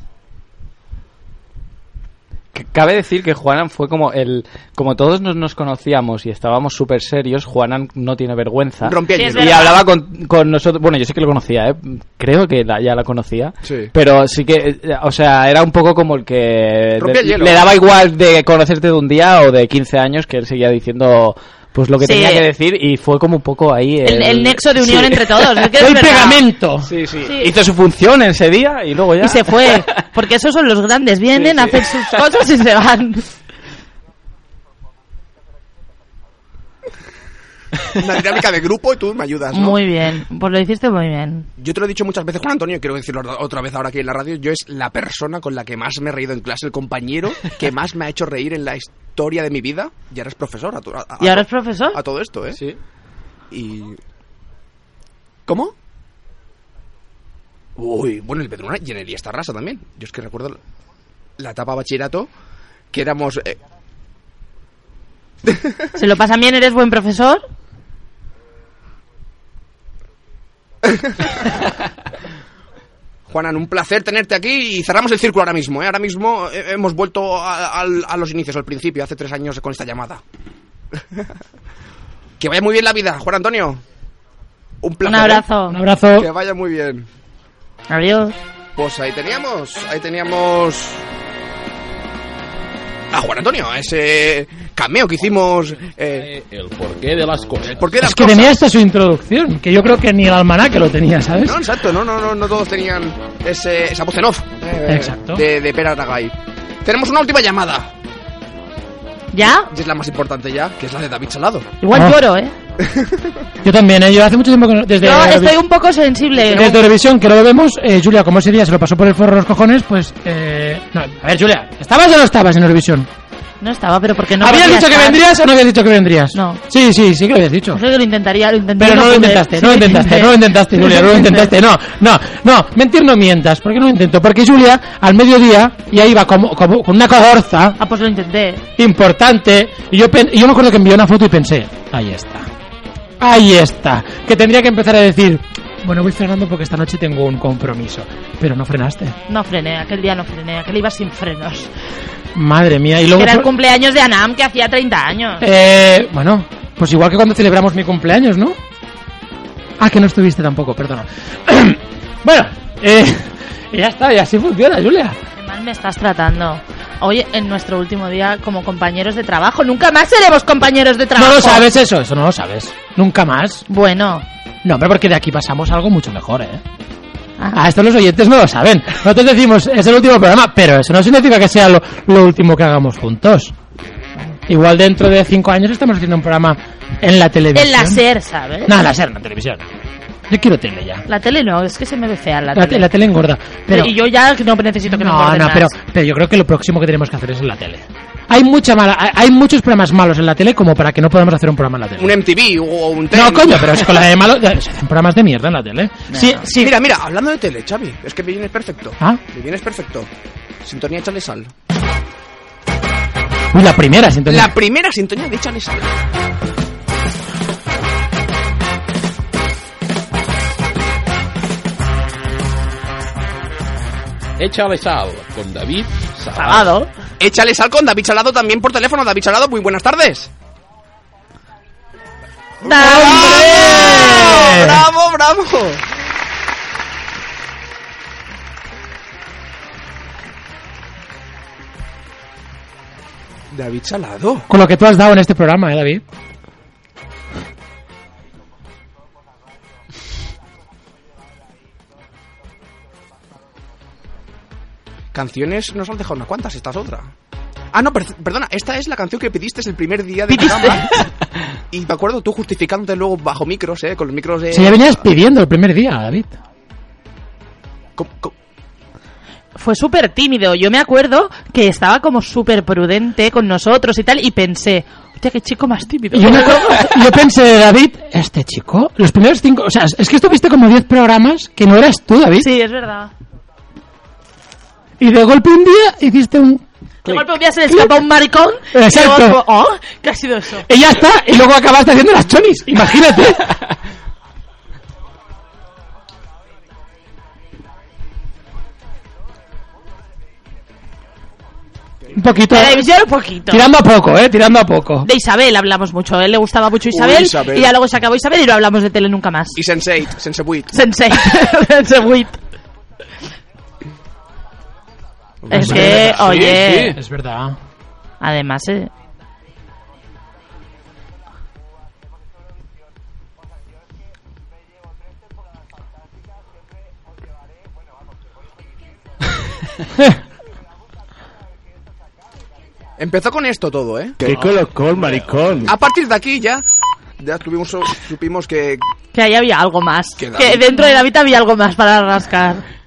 Que cabe decir que Juanan fue como el... Como todos nos, nos conocíamos y estábamos súper serios, Juanan no tiene vergüenza. Rompía el Sí, es hielo. Y hablaba con, con nosotros... Bueno, yo sí que lo conocía, ¿eh? Creo que la- ya la conocía. Sí. Pero sí que... eh, O sea, era un poco como el que... Rompía el le, hielo. le daba igual de conocerte de un día o de quince años, que él seguía diciendo... Pues lo que Sí. tenía que decir y fue como un poco ahí... El, el nexo de unión Sí. entre todos. Es que es El verdad. pegamento. Sí, sí, Sí. Hizo su función en ese día y luego ya... Y se fue. Porque esos son los grandes. Vienen, Sí, sí. hacen sus cosas y se van. una dinámica de grupo y tú me ayudas, ¿no? Muy bien, pues lo hiciste muy bien. Yo te lo he dicho muchas veces, Juan Antonio, quiero decirlo otra vez ahora aquí en la radio, yo es la persona con la que más me he reído en clase, el compañero que más me ha hecho reír en la historia de mi vida, y ahora es profesor. A, a, a, ¿Y ahora es profesor? A todo esto, ¿eh? Sí. Y... ¿Cómo? Uy, bueno, el Pedruna y en el Iestarrasa también. Yo es que recuerdo la etapa bachillerato que éramos... Eh... ¿Se lo pasan bien? ¿Eres buen profesor? Juanan, un placer tenerte aquí y cerramos el círculo ahora mismo, ¿eh? Ahora mismo eh, hemos vuelto a, a, a los inicios, al principio, hace tres años con esta llamada. Que vaya muy bien la vida, Juan Antonio. Un placer. Un abrazo. ¿eh? Un abrazo. Que vaya muy bien. Adiós. Pues ahí teníamos, ahí teníamos... a Juan Antonio, a ese cameo que hicimos... Eh... El porqué de las cosas. El porqué de las es que cosas. tenía esta su introducción, que yo creo que ni el almanaque lo tenía, ¿sabes? No, exacto, no, no, no, no todos tenían ese, esa voz en off eh, Exacto. de, de Pere Aragay. Tenemos una última llamada. ¿Ya? Y es la más importante ya, que es la de David Salado. Igual Oh. lloro, ¿eh? Yo también, ¿eh? Yo hace mucho tiempo que no... Desde Yo Eurovi- estoy un poco sensible. Desde Eurovisión, que lo vemos, eh, Julia, como ese día se lo pasó por el forro de los cojones, pues... Eh... No, a ver, Julia, ¿estabas o no estabas en Eurovisión? No estaba, pero porque no ¿Habías podía dicho que estar. vendrías o no habías dicho que vendrías? No. Sí, sí, sí que lo habías dicho. No sé que lo intentaría, lo intenté. Pero no lo pude. intentaste, Sí, no lo lo intentaste, intenté. no lo intentaste, Julia, no lo intentaste, no, no, no, mentir no mientas, ¿por qué no lo intento? Porque Julia, al mediodía, ya iba como, como con una cogorza Ah, pues lo intenté. importante, y yo, pen- y yo me acuerdo que envié una foto y pensé, ahí está, ahí está, que tendría que empezar a decir, bueno, voy frenando porque esta noche tengo un compromiso, pero no frenaste. No frené, aquel día no frené, aquel iba sin frenos. Madre mía, y luego... Era el cumpleaños de Anam, que hacía treinta años. Eh, bueno, pues igual que cuando celebramos mi cumpleaños, ¿no? Ah, que no estuviste tampoco, perdona. Bueno, eh, y ya está, y así funciona, Julia. Qué mal me estás tratando. Oye, en nuestro último día como compañeros de trabajo, nunca más seremos compañeros de trabajo. No lo sabes eso, eso no lo sabes. Nunca más. Bueno. No, pero porque de aquí pasamos algo mucho mejor, ¿eh? Ah, esto los oyentes no lo saben. Nosotros decimos, es el último programa, pero eso no significa que sea lo, lo último que hagamos juntos. Igual dentro de cinco años estamos haciendo un programa en la televisión. En la SER, ¿sabes? No, en la SER, no en televisión. Yo quiero tele ya. La tele no, es que se me ve fea la, La, tele. te- la tele engorda. Pero, Y yo ya no necesito que me no, engorden no, más. pero, pero yo creo que lo próximo que tenemos que hacer es en la tele. Hay mucha mala, hay, hay muchos programas malos en la tele como para que no podamos hacer un programa en la tele. Un M T V o un Ten. No, coño, pero es con la de malo, se hacen programas de mierda en la tele. Sí, sí. Mira, mira, hablando de tele, Xavi, es que me vienes perfecto. ¿Ah? Me vienes perfecto. Sintonía, échale sal. Uy, la primera sintonía. La primera sintonía de échale sal. Échale sal con David Salado. Salado. Échale sal con David Salado también por teléfono. David Salado, muy buenas tardes. ¡Hombre! ¡Bravo, bravo! David Salado. Con lo que tú has dado en este programa, ¿eh, David? Canciones nos han dejado unas cuantas, esta es otra. Ah, no, per- perdona, esta es la canción que pediste el primer día de programa. Y me acuerdo tú justificándote luego bajo micros, eh, con los micros de... Se ya venías pidiendo el primer día, David. ¿Cómo, cómo? Fue súper tímido. Yo me acuerdo que estaba como súper prudente con nosotros y tal, y pensé, hostia, qué chico más tímido. Y yo, me acuerdo- yo pensé, David, este chico, los primeros cinco... O sea, es que estuviste como diez programas que no eras tú, David. Sí, es verdad. Y de golpe un día hiciste un... De golpe un día se le escapa un maricón. Exacto. Y luego, oh, ¿qué ha sido eso? Y ya está, y luego acabaste haciendo las chonis, imagínate. Un poquito. Televisión un poquito. Tirando a poco, eh, tirando a poco. De Isabel hablamos mucho. A él le gustaba mucho Uy, Isabel, Isabel. y ya luego se acabó Isabel y no hablamos de tele nunca más. Y sense eight, sense eight. Sensei. Sensei. Es que, Sí, oye, sí, es verdad. además, eh, Empezó con esto todo, ¿eh? ¡Qué colocón, maricón! A partir de aquí ya ya tuvimos, supimos que... Que ahí había algo más. Que Que, David- dentro de David había algo más para rascar.